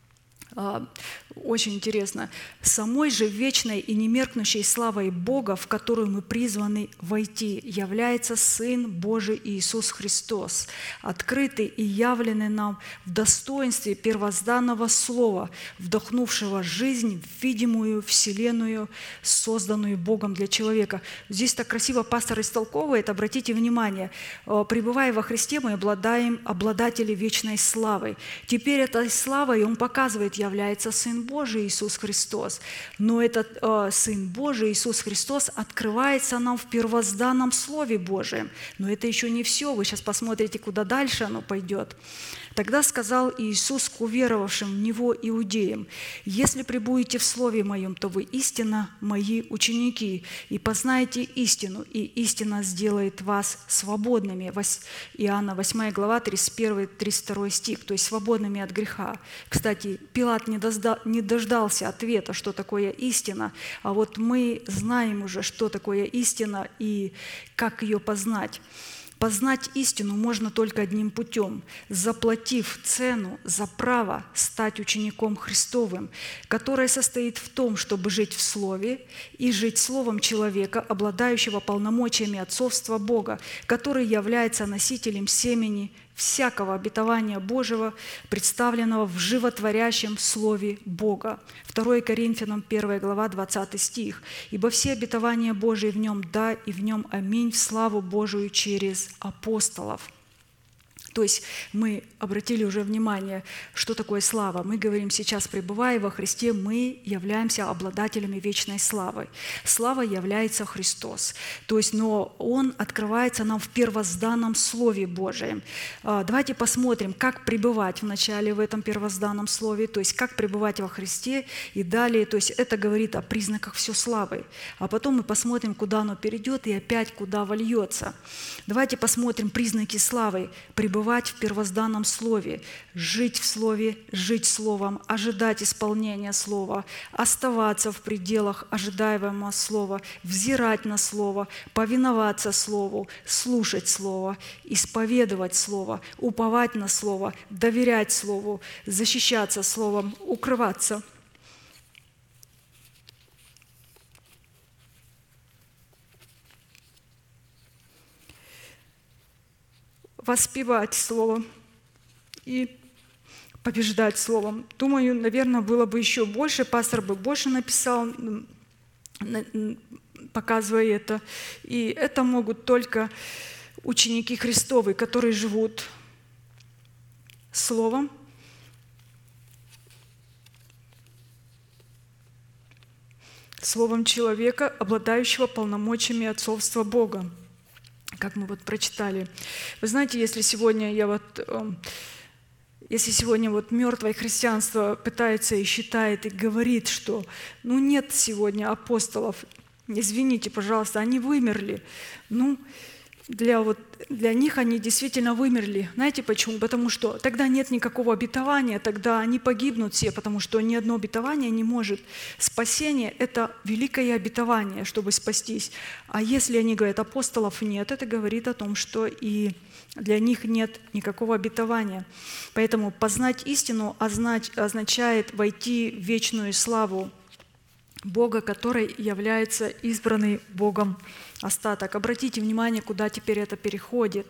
Очень интересно. Самой же вечной и немеркнущей славой Бога, в которую мы призваны войти, является Сын Божий Иисус Христос, открытый и явленный нам в достоинстве первозданного Слова, вдохнувшего жизнь в видимую вселенную, созданную Богом для человека. Здесь так красиво пастор истолковывает, обратите внимание, пребывая во Христе, мы обладаем обладатели вечной славы. Теперь этой славой Он показывает, является Сын Божий Иисус Христос. Но этот э, Сын Божий Иисус Христос открывается нам в первозданном Слове Божием. Но это еще не все. Вы сейчас посмотрите, куда дальше оно пойдет. Тогда сказал Иисус к уверовавшим в Него иудеям: «Если пребудете в Слове Моем, то вы истинно Мои ученики, и познаете истину, и истина сделает вас свободными». Иоанна восьмая глава, тридцать первый тридцать второй стих, то есть свободными от греха. Кстати, Пилат не дождался ответа, что такое истина, а вот мы знаем уже, что такое истина и как ее познать. Познать истину можно только одним путем, заплатив цену за право стать учеником Христовым, которое состоит в том, чтобы жить в Слове и жить Словом человека, обладающего полномочиями отцовства Бога, который является носителем семени всякого обетования Божьего, представленного в животворящем Слове Бога. второе Коринфянам первая глава, двадцатый стих. «Ибо все обетования Божии в нем да, и в нем аминь, в славу Божию через апостолов». То есть мы обратили уже внимание, что такое слава. Мы говорим сейчас, пребывая во Христе, мы являемся обладателями вечной славы. Слава является Христос. То есть, но Он открывается нам в первозданном Слове Божием. Давайте посмотрим, как пребывать вначале в этом первозданном Слове, то есть как пребывать во Христе и далее. То есть это говорит о признаках всей славы. А потом мы посмотрим, куда оно перейдет и опять куда вольется. Давайте посмотрим признаки славы. Пребывать в первозданном Слове, жить в Слове, жить Словом, ожидать исполнения Слова, оставаться в пределах ожидаемого Слова, взирать на Слово, повиноваться Слову, слушать Слово, исповедовать Слово, уповать на Слово, доверять Слову, защищаться Словом, укрываться. воспевать Словом и побеждать Словом. Думаю, наверное, было бы еще больше, пастор бы больше написал, показывая это. И это могут только ученики Христовы, которые живут Словом, Словом человека, обладающего полномочиями отцовства Бога, как мы вот прочитали. Вы знаете, если сегодня я вот, если сегодня вот мертвое христианство пытается и считает, и говорит, что ну нет сегодня апостолов, извините, пожалуйста, они вымерли. Ну, для, вот, для них они действительно вымерли. Знаете почему? Потому что тогда нет никакого обетования, тогда они погибнут все, потому что ни одно обетование не может. Спасение – это великое обетование, чтобы спастись. А если они говорят, апостолов нет, это говорит о том, что и для них нет никакого обетования. Поэтому познать истину означает войти в вечную славу Бога, который является избранный Богом остаток. Обратите внимание, куда теперь это переходит,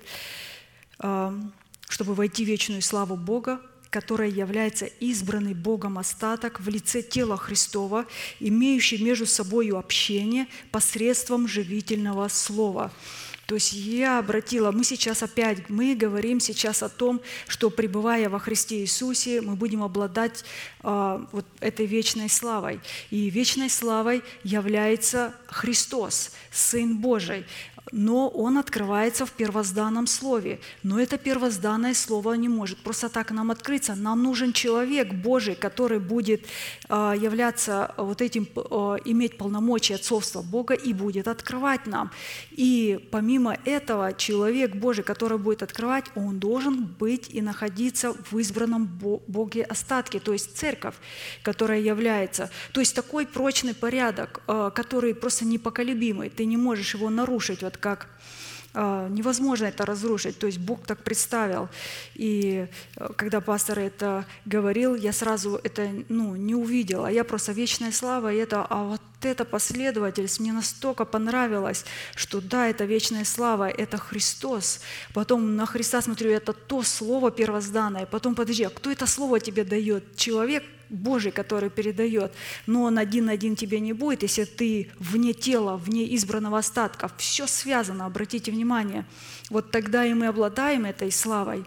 чтобы войти в вечную славу Бога, который является избранный Богом остаток в лице тела Христова, имеющий между собой общение посредством живительного слова. То есть я обратила, мы сейчас опять, мы говорим сейчас о том, что пребывая во Христе Иисусе, мы будем обладать э, вот этой вечной славой. И вечной славой является Христос, Сын Божий. Но Он открывается в первозданном Слове. Но это первозданное Слово не может просто так нам открыться. Нам нужен человек Божий, который будет э, являться вот этим, э, иметь полномочия отцовства Бога и будет открывать нам. И помимо этого, человек Божий, который будет открывать, он должен быть и находиться в избранном Боге остатке, то есть церковь, которая является. То есть такой прочный порядок, э, который просто непоколебимый. Ты не можешь его нарушить. Вот как э, невозможно это разрушить. То есть Бог так представил. И э, когда пастор это говорил, я сразу это ну, не увидела. Я просто вечная слава, и это, а вот эта последовательность мне настолько понравилась, что да, это вечная слава, это Христос. Потом на Христа смотрю, это то слово первозданное. Потом, подожди, а кто это слово тебе дает? Человек Божий, который передает, но он один-один тебе не будет, если ты вне тела, вне избранного остатка. Все связано, обратите внимание. Вот тогда и мы обладаем этой славой.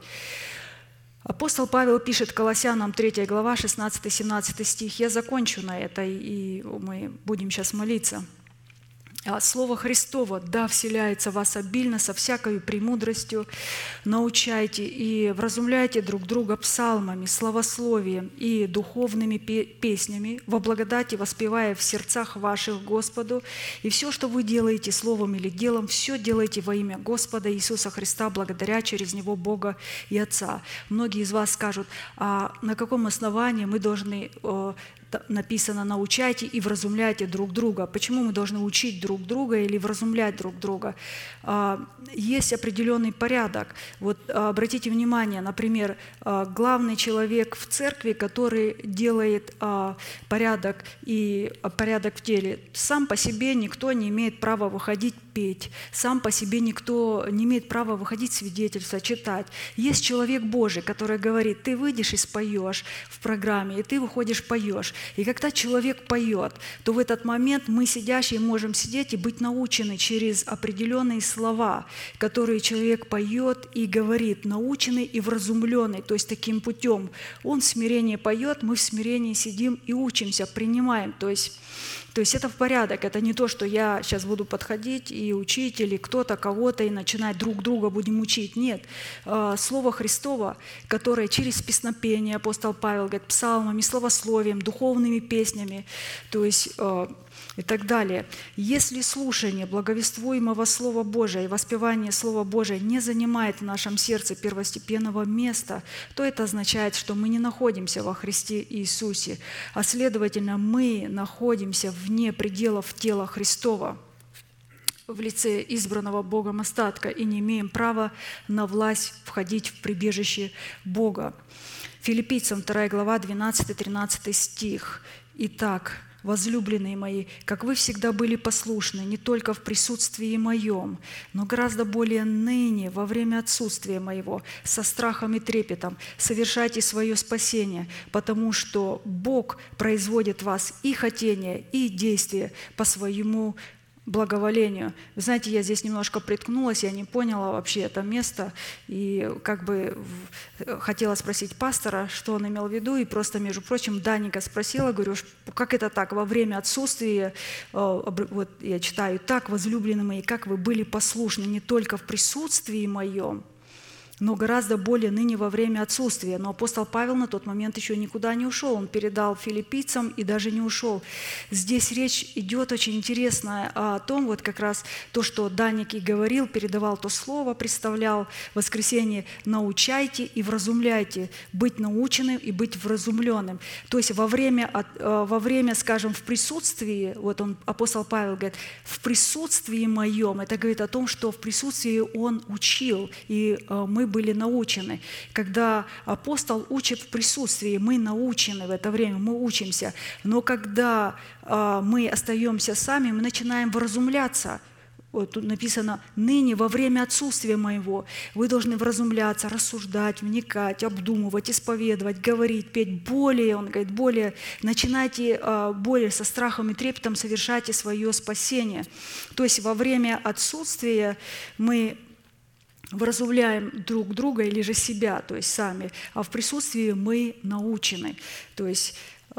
Апостол Павел пишет Колоссянам третья глава, шестнадцатый-семнадцатый стих. Я закончу на это, и мы будем сейчас молиться. Слово Христово, да, вселяется в вас обильно, со всякою премудростью, научайте и вразумляйте друг друга псалмами, славословием и духовными песнями, во благодати воспевая в сердцах ваших Господу, и все, что вы делаете словом или делом, все делайте во имя Господа Иисуса Христа, благодаря через Него Бога и Отца. Многие из вас скажут, а на каком основании мы должны... написано «научайте и вразумляйте друг друга». Почему мы должны учить друг друга или вразумлять друг друга? Есть определенный порядок. Вот обратите внимание, например, главный человек в церкви, который делает порядок и порядок в теле, сам по себе никто не имеет права выходить петь, сам по себе никто не имеет права выходить свидетельства, читать. Есть человек Божий, который говорит, ты выйдешь и споешь в программе, и ты выходишь, поешь. И когда человек поет, то в этот момент мы, сидящие, можем сидеть и быть научены через определенные слова, которые человек поет и говорит, наученный и вразумленный, то есть таким путем. Он в смирении поет, мы в смирении сидим и учимся, принимаем. То есть, то есть это в порядок, это не то, что я сейчас буду подходить и учить, или кто-то кого-то и начинать друг друга будем учить. Нет. Слово Христово, которое через песнопение, апостол Павел говорит, псалмами, словословием, духовными песнями, то есть и так далее. Если слушание благовествуемого Слова Божия и воспевание Слова Божия не занимает в нашем сердце первостепенного места, то это означает, что мы не находимся во Христе Иисусе, а следовательно, мы находимся вне пределов тела Христова в лице избранного Богом остатка и не имеем права на власть входить в прибежище Бога. Филиппийцам вторая глава, двенадцатый-тринадцатый стих. Итак, возлюбленные мои, как вы всегда были послушны, не только в присутствии моем, но гораздо более ныне, во время отсутствия моего, со страхом и трепетом, совершайте свое спасение, потому что Бог производит в вас и хотение, и действие по своему благоволению. Вы знаете, я здесь немножко приткнулась, я не поняла вообще это место, и как бы хотела спросить пастора, что он имел в виду, и просто, между прочим, Даника спросила, говорю, как это так, во время отсутствия, вот я читаю, так, возлюбленные мои, как вы были послушны не только в присутствии моем, но гораздо более ныне во время отсутствия. Но апостол Павел на тот момент еще никуда не ушел. Он передал филиппийцам и даже не ушел. Здесь речь идет очень интересная о том, вот как раз то, что Даник и говорил, передавал то слово, представлял в воскресенье: «Научайте и вразумляйте, быть наученным и быть вразумленным». То есть во время, во время, скажем, в присутствии, вот он, апостол Павел говорит, в присутствии моем, это говорит о том, что в присутствии он учил, и мы были научены. Когда апостол учит в присутствии, мы научены в это время, мы учимся. Но когда а, мы остаемся сами, мы начинаем вразумляться. Вот тут написано: «Ныне, во время отсутствия моего, вы должны вразумляться, рассуждать, вникать, обдумывать, исповедовать, говорить, петь более». Он говорит, более, начинайте а, более со страхом и трепетом совершайте свое спасение. То есть во время отсутствия мы вразумляем друг друга или же себя, то есть сами, а в присутствии мы научены. То есть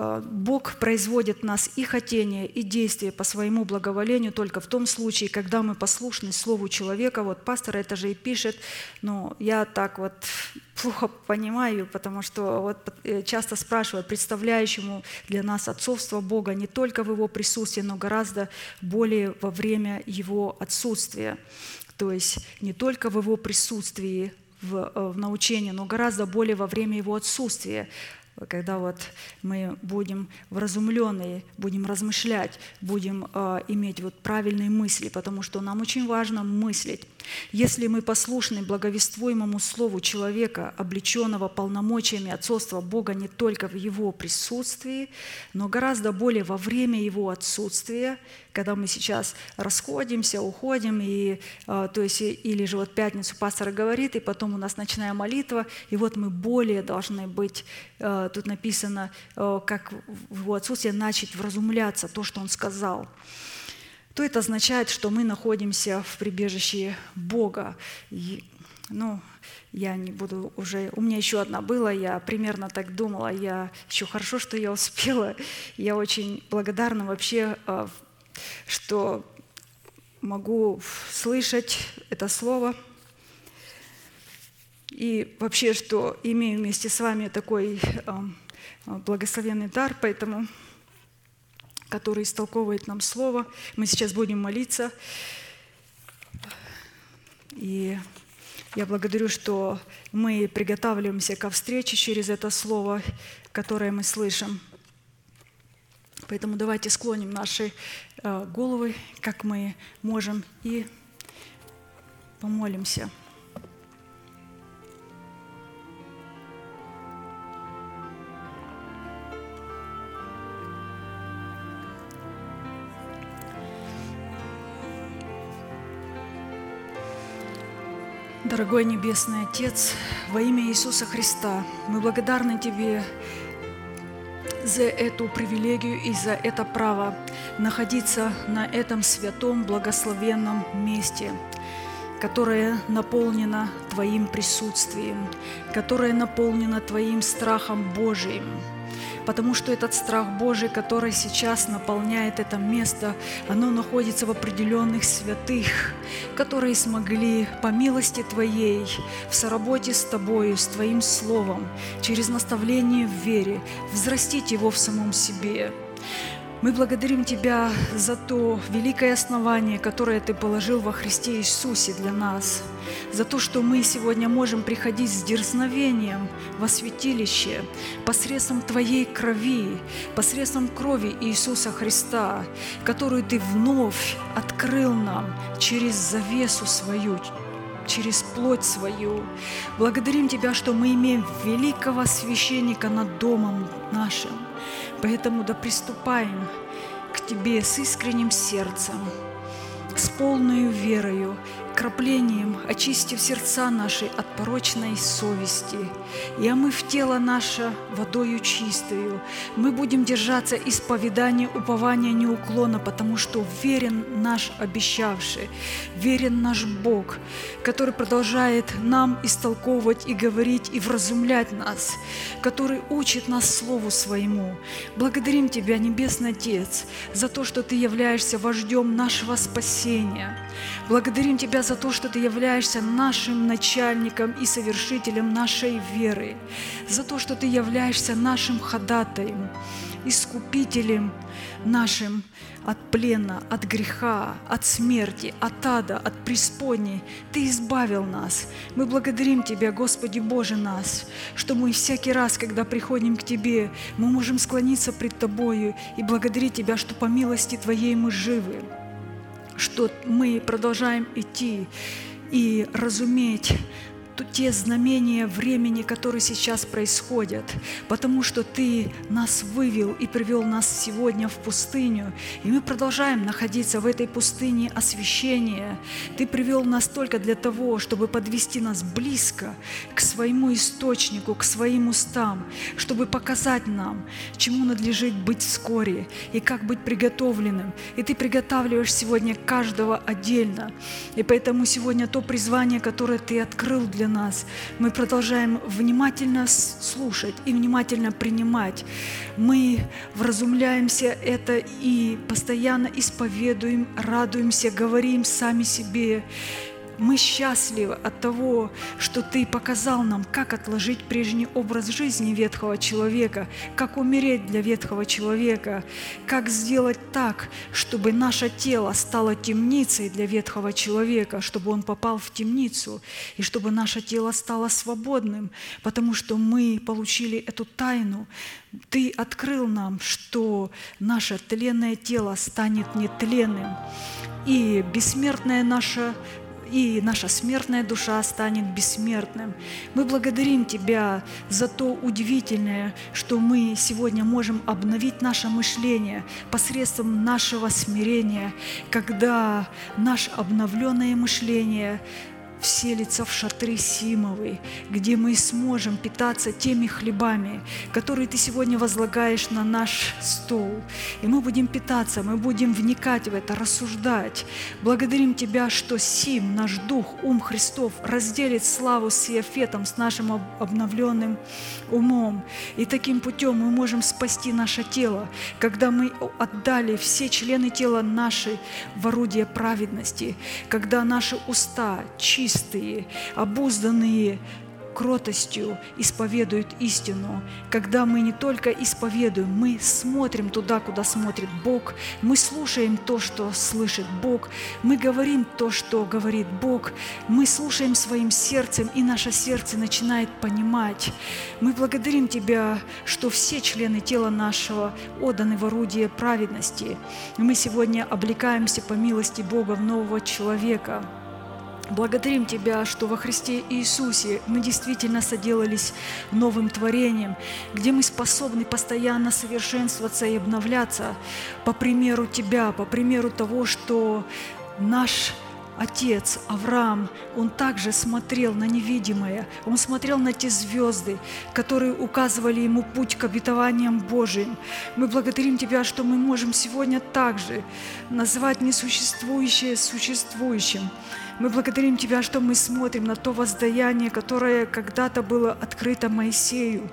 Бог производит в нас и хотение, и действие по своему благоволению только в том случае, когда мы послушны Слову человека. Вот пастор это же и пишет, но я так вот плохо понимаю, потому что вот часто спрашивают, представляющему для нас отцовство Бога не только в Его присутствии, но гораздо более во время Его отсутствия. То есть не только в Его присутствии, в, в научении, но гораздо более во время Его отсутствия, когда вот мы будем вразумленные, будем размышлять, будем э, иметь вот правильные мысли, потому что нам очень важно мыслить. Если мы послушны благовествуемому слову человека, облеченного полномочиями отцовства Бога не только в Его присутствии, но гораздо более во время Его отсутствия, когда мы сейчас расходимся, уходим, и, э, то есть, или же вот пятницу пастор говорит, и потом у нас ночная молитва, и вот мы более должны быть, э, тут написано, э, как в Его отсутствие начать вразумляться, то, что Он сказал, то это означает, что мы находимся в прибежище Бога. И, ну, я не буду уже... У меня еще одна была, я примерно так думала, я еще хорошо, что я успела. Я очень благодарна вообще, что могу слышать это слово. И вообще, что имею вместе с вами такой благословенный дар, поэтому... который истолковывает нам Слово. Мы сейчас будем молиться. И я благодарю, что мы приготавливаемся ко встрече через это Слово, которое мы слышим. Поэтому давайте склоним наши головы, как мы можем, и помолимся. Дорогой Небесный Отец, во имя Иисуса Христа, мы благодарны Тебе за эту привилегию и за это право находиться на этом святом, благословенном месте, которое наполнено Твоим присутствием, которое наполнено Твоим страхом Божиим. Потому что этот страх Божий, который сейчас наполняет это место, оно находится в определенных святых, которые смогли по милости Твоей, в соработе с Тобою, с Твоим Словом, через наставление в вере, взрастить его в самом себе. Мы благодарим Тебя за то великое основание, которое Ты положил во Христе Иисусе для нас, за то, что мы сегодня можем приходить с дерзновением во святилище посредством Твоей крови, посредством крови Иисуса Христа, которую Ты вновь открыл нам через завесу свою, через плоть свою. Благодарим Тебя, что мы имеем великого священника над домом нашим. Поэтому да приступаем к Тебе с искренним сердцем, с полной верою, краплением, очистив сердца наши от порочной совести, и омыв тело наше водою чистою, мы будем держаться исповедания, упования неуклонно, потому что верен наш обещавший, верен наш Бог, который продолжает нам истолковывать и говорить, и вразумлять нас, который учит нас Слову Своему. Благодарим Тебя, Небесный Отец, за то, что Ты являешься вождем нашего спасения. Благодарим Тебя за то, что Ты являешься нашим начальником и совершителем нашей веры, за то, что Ты являешься нашим ходатаем, искупителем нашим от плена, от греха, от смерти, от ада, от преисподней. Ты избавил нас. Мы благодарим Тебя, Господи Боже нас, что мы всякий раз, когда приходим к Тебе, мы можем склониться пред Тобою и благодарить Тебя, что по милости Твоей мы живы, что мы продолжаем идти и разуметь те знамения времени, которые сейчас происходят, потому что Ты нас вывел и привел нас сегодня в пустыню, и мы продолжаем находиться в этой пустыне освящения. Ты привел нас только для того, чтобы подвести нас близко к своему источнику, к своим устам, чтобы показать нам, чему надлежит быть вскоре и как быть приготовленным. И Ты приготавливаешь сегодня каждого отдельно. И поэтому сегодня то призвание, которое Ты открыл для нас, мы продолжаем внимательно слушать и внимательно принимать. Мы вразумляемся это и постоянно исповедуем, радуемся, говорим сами себе. Мы счастливы от того, что Ты показал нам, как отложить прежний образ жизни ветхого человека, как умереть для ветхого человека, как сделать так, чтобы наше тело стало темницей для ветхого человека, чтобы он попал в темницу, и чтобы наше тело стало свободным, потому что мы получили эту тайну. Ты открыл нам, что наше тленное тело станет нетленным, и бессмертное наше и наша смертная душа станет бессмертным. Мы благодарим Тебя за то удивительное, что мы сегодня можем обновить наше мышление посредством нашего смирения, когда наше обновленное мышление вселится в шатры Симовы, где мы сможем питаться теми хлебами, которые Ты сегодня возлагаешь на наш стол. И мы будем питаться, мы будем вникать в это, рассуждать. Благодарим Тебя, что Сим, наш Дух, ум Христов, разделит славу с Иофетом, с нашим обновленным умом. И таким путем мы можем спасти наше тело, когда мы отдали все члены тела наши в орудие праведности, когда наши уста чистые, чистые, обузданные кротостью исповедуют истину. Когда мы не только исповедуем, мы смотрим туда, куда смотрит Бог, мы слушаем то, что слышит Бог, мы говорим то, что говорит Бог, мы слушаем своим сердцем, и наше сердце начинает понимать. Мы благодарим Тебя, что все члены тела нашего отданы в орудие праведности. Мы сегодня облекаемся по милости Бога в нового человека. Благодарим Тебя, что во Христе Иисусе мы действительно соделались новым творением, где мы способны постоянно совершенствоваться и обновляться по примеру Тебя, по примеру того, что наш Отец Авраам, он также смотрел на невидимое, он смотрел на те звезды, которые указывали ему путь к обетованиям Божиим. Мы благодарим Тебя, что мы можем сегодня также назвать несуществующее существующим. Мы благодарим Тебя, что мы смотрим на то воздаяние, которое когда-то было открыто Моисею.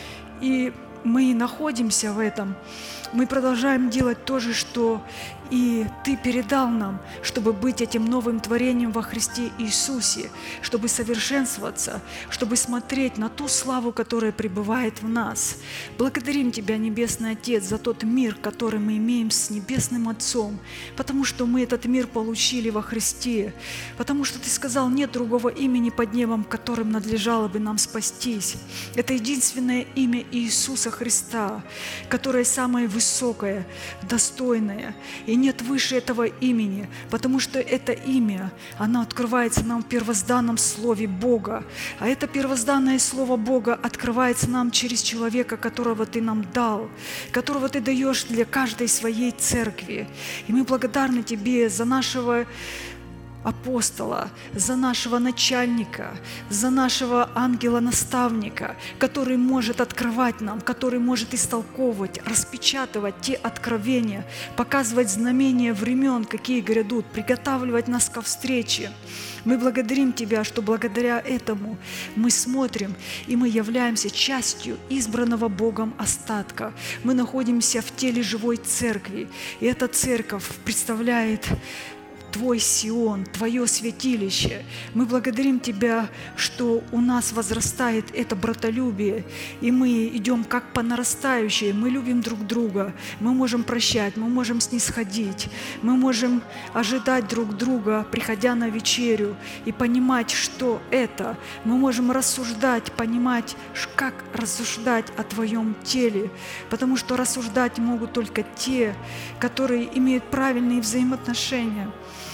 И мы находимся в этом. Мы продолжаем делать то же, что и Ты передал нам, чтобы быть этим новым творением во Христе Иисусе, чтобы совершенствоваться, чтобы смотреть на ту славу, которая пребывает в нас. Благодарим Тебя, Небесный Отец, за тот мир, который мы имеем с Небесным Отцом, потому что мы этот мир получили во Христе, потому что Ты сказал, нет другого имени под небом, которым надлежало бы нам спастись. Это единственное имя Иисуса Христа, которое самое высокое, высокое, достойное, и нет выше этого имени, потому что это имя, оно открывается нам в первозданном Слове Бога, а это первозданное Слово Бога открывается нам через человека, которого Ты нам дал, которого Ты даешь для каждой своей церкви. И мы благодарны Тебе за нашего апостола, за нашего начальника, за нашего ангела-наставника, который может открывать нам, который может истолковывать, распечатывать те откровения, показывать знамения времен, какие грядут, приготавливать нас ко встрече. Мы благодарим Тебя, что благодаря этому мы смотрим, и мы являемся частью избранного Богом остатка. Мы находимся в теле живой церкви, и эта церковь представляет Твой Сион, Твое святилище. Мы благодарим Тебя, что у нас возрастает это братолюбие, и мы идем как по нарастающей, мы любим друг друга, мы можем прощать, мы можем снисходить, мы можем ожидать друг друга, приходя на вечерю, и понимать, что это. Мы можем рассуждать, понимать, как рассуждать о Твоем теле, потому что рассуждать могут только те, которые имеют правильные взаимоотношения.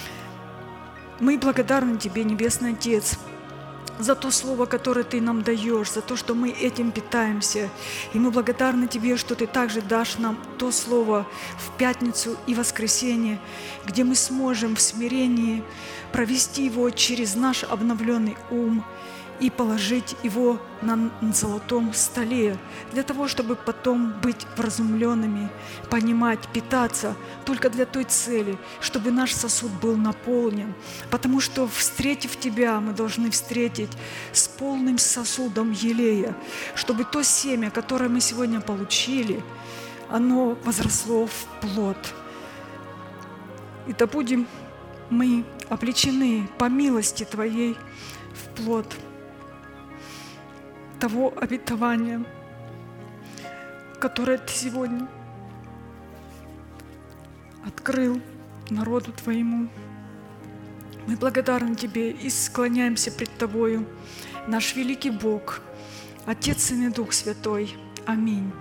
Мы благодарны Тебе, Небесный Отец, за то Слово, которое Ты нам даешь, за то, что мы этим питаемся. И мы благодарны Тебе, что Ты также дашь нам то Слово в пятницу и воскресенье, где мы сможем в смирении провести его через наш обновленный ум и положить его на золотом столе, для того, чтобы потом быть вразумленными, понимать, питаться только для той цели, чтобы наш сосуд был наполнен. Потому что, встретив Тебя, мы должны встретить с полным сосудом елея, чтобы то семя, которое мы сегодня получили, оно возросло в плод. И да будем мы облечены по милости Твоей в плод того обетования, которое Ты сегодня открыл народу Твоему. Мы благодарны Тебе и склоняемся пред Тобою, наш великий Бог, Отец, Сын и Дух Святой. Аминь.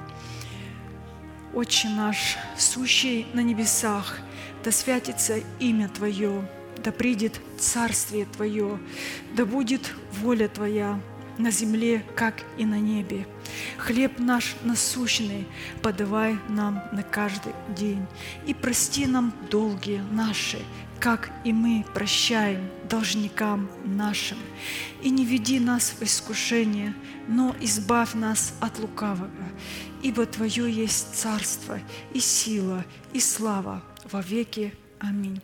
Отче наш, сущий на небесах, да святится имя Твое, да придет царствие Твое, да будет воля Твоя на земле, как и на небе. Хлеб наш насущный подавай нам на каждый день, и прости нам долги наши, как и мы прощаем должникам нашим. И не веди нас в искушение, но избавь нас от лукавого, ибо Твое есть царство, и сила, и слава во веки. Аминь.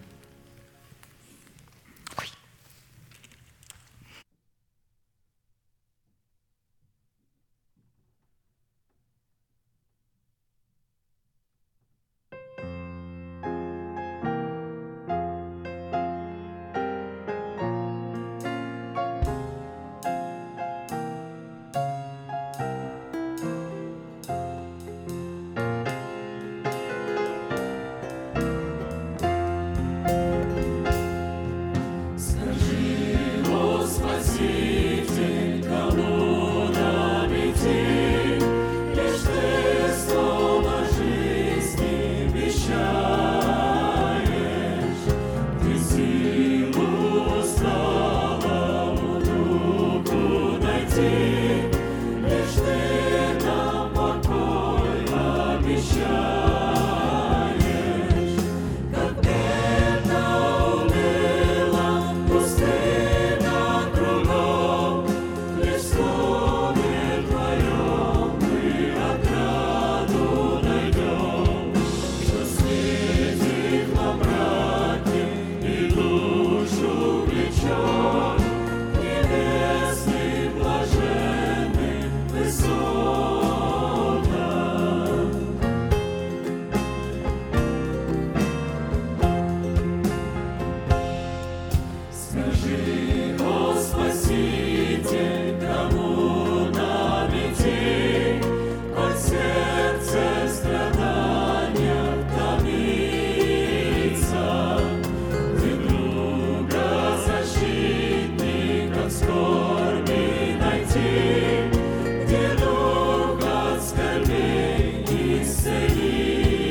Где дух от скорбей исцелит.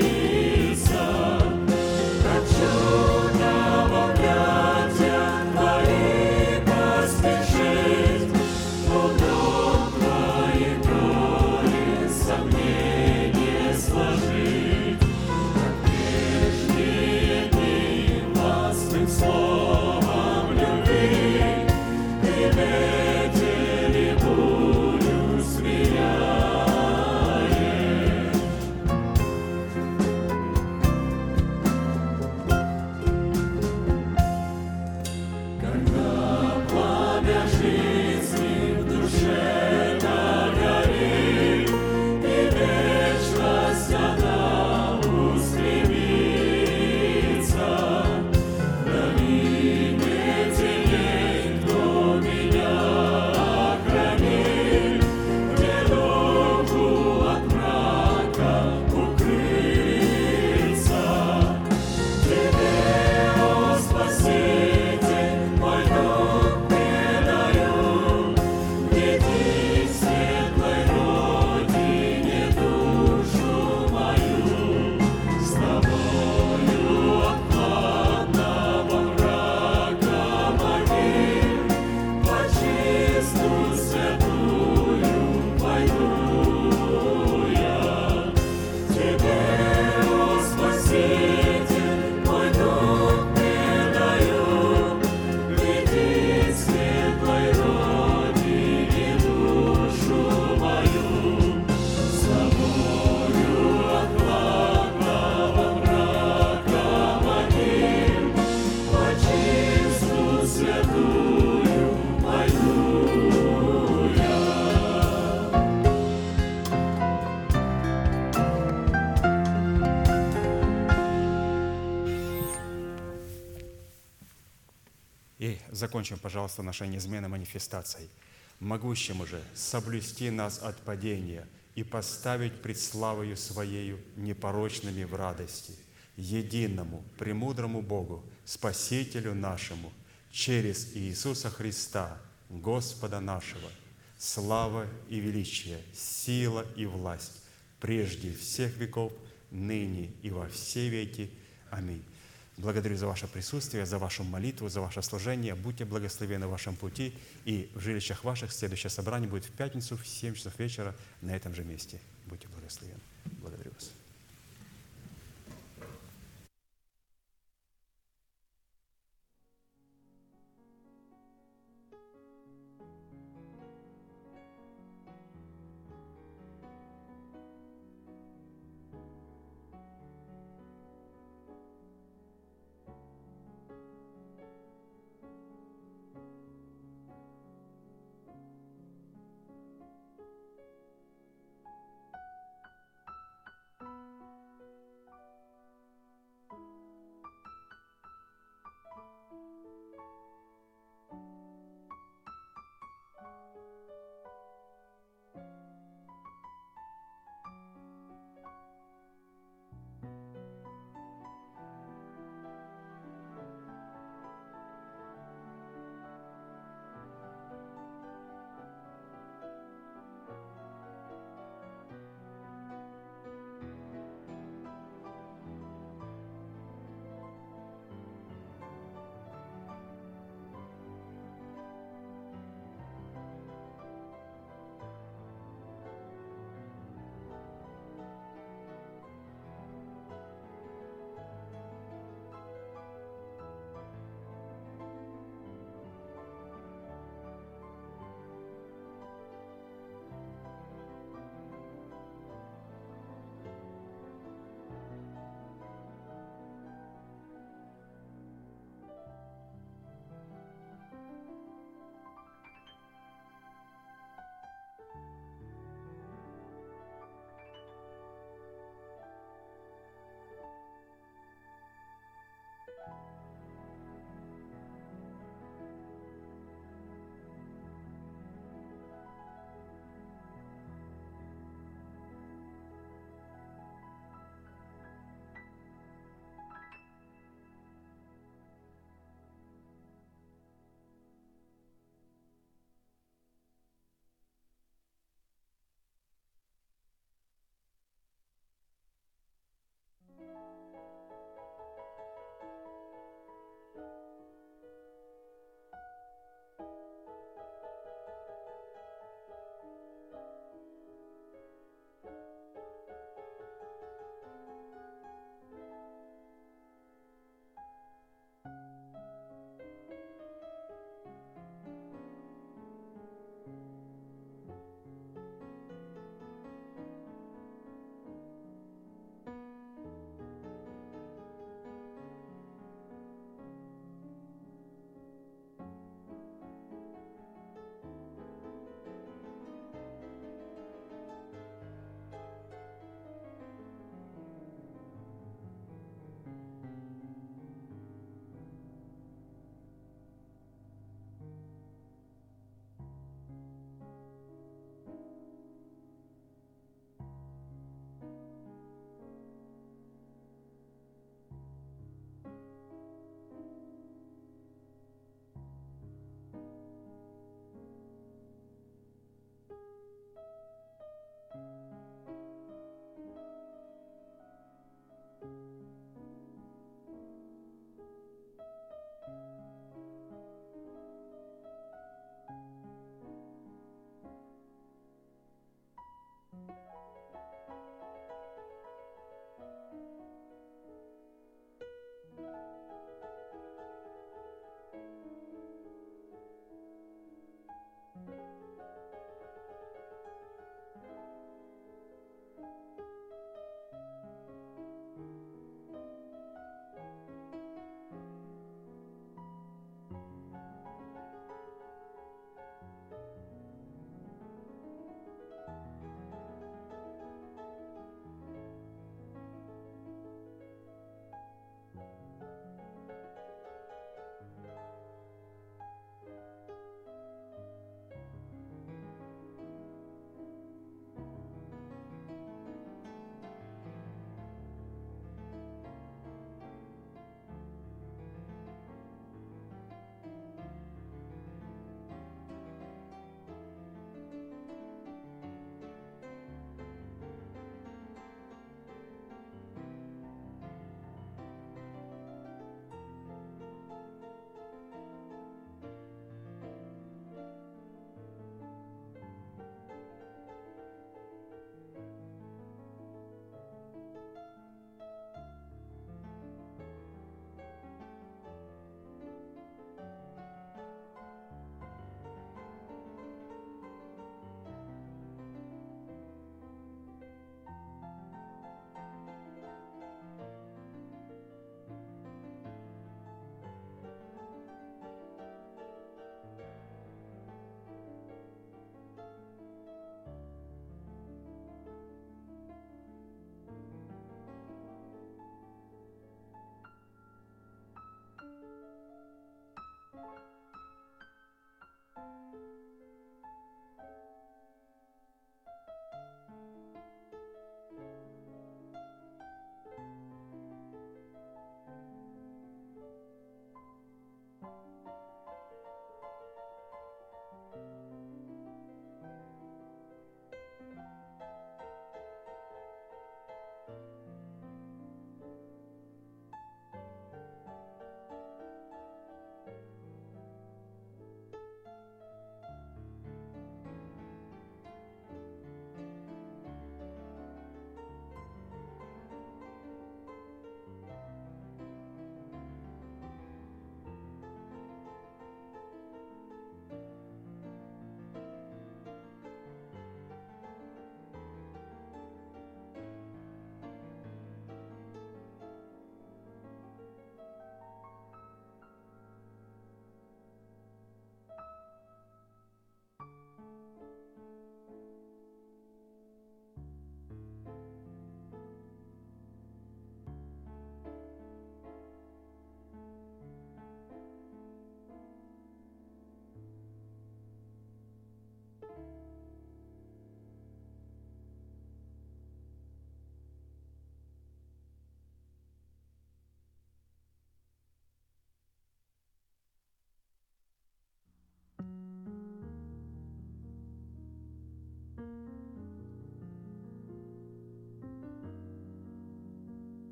И закончим, пожалуйста, нашей неизменной манифестацией. Могущему же соблюсти нас от падения и поставить пред славою Своею непорочными в радости, единому, премудрому Богу, Спасителю нашему, через Иисуса Христа, Господа нашего, слава и величие, сила и власть, прежде всех веков, ныне и во все веки. Аминь. Благодарю за ваше присутствие, за вашу молитву, за ваше служение. Будьте благословены в вашем пути. И в жилищах ваших следующее собрание будет в пятницу в семь часов вечера на этом же месте. Будьте благословены. Благодарю вас.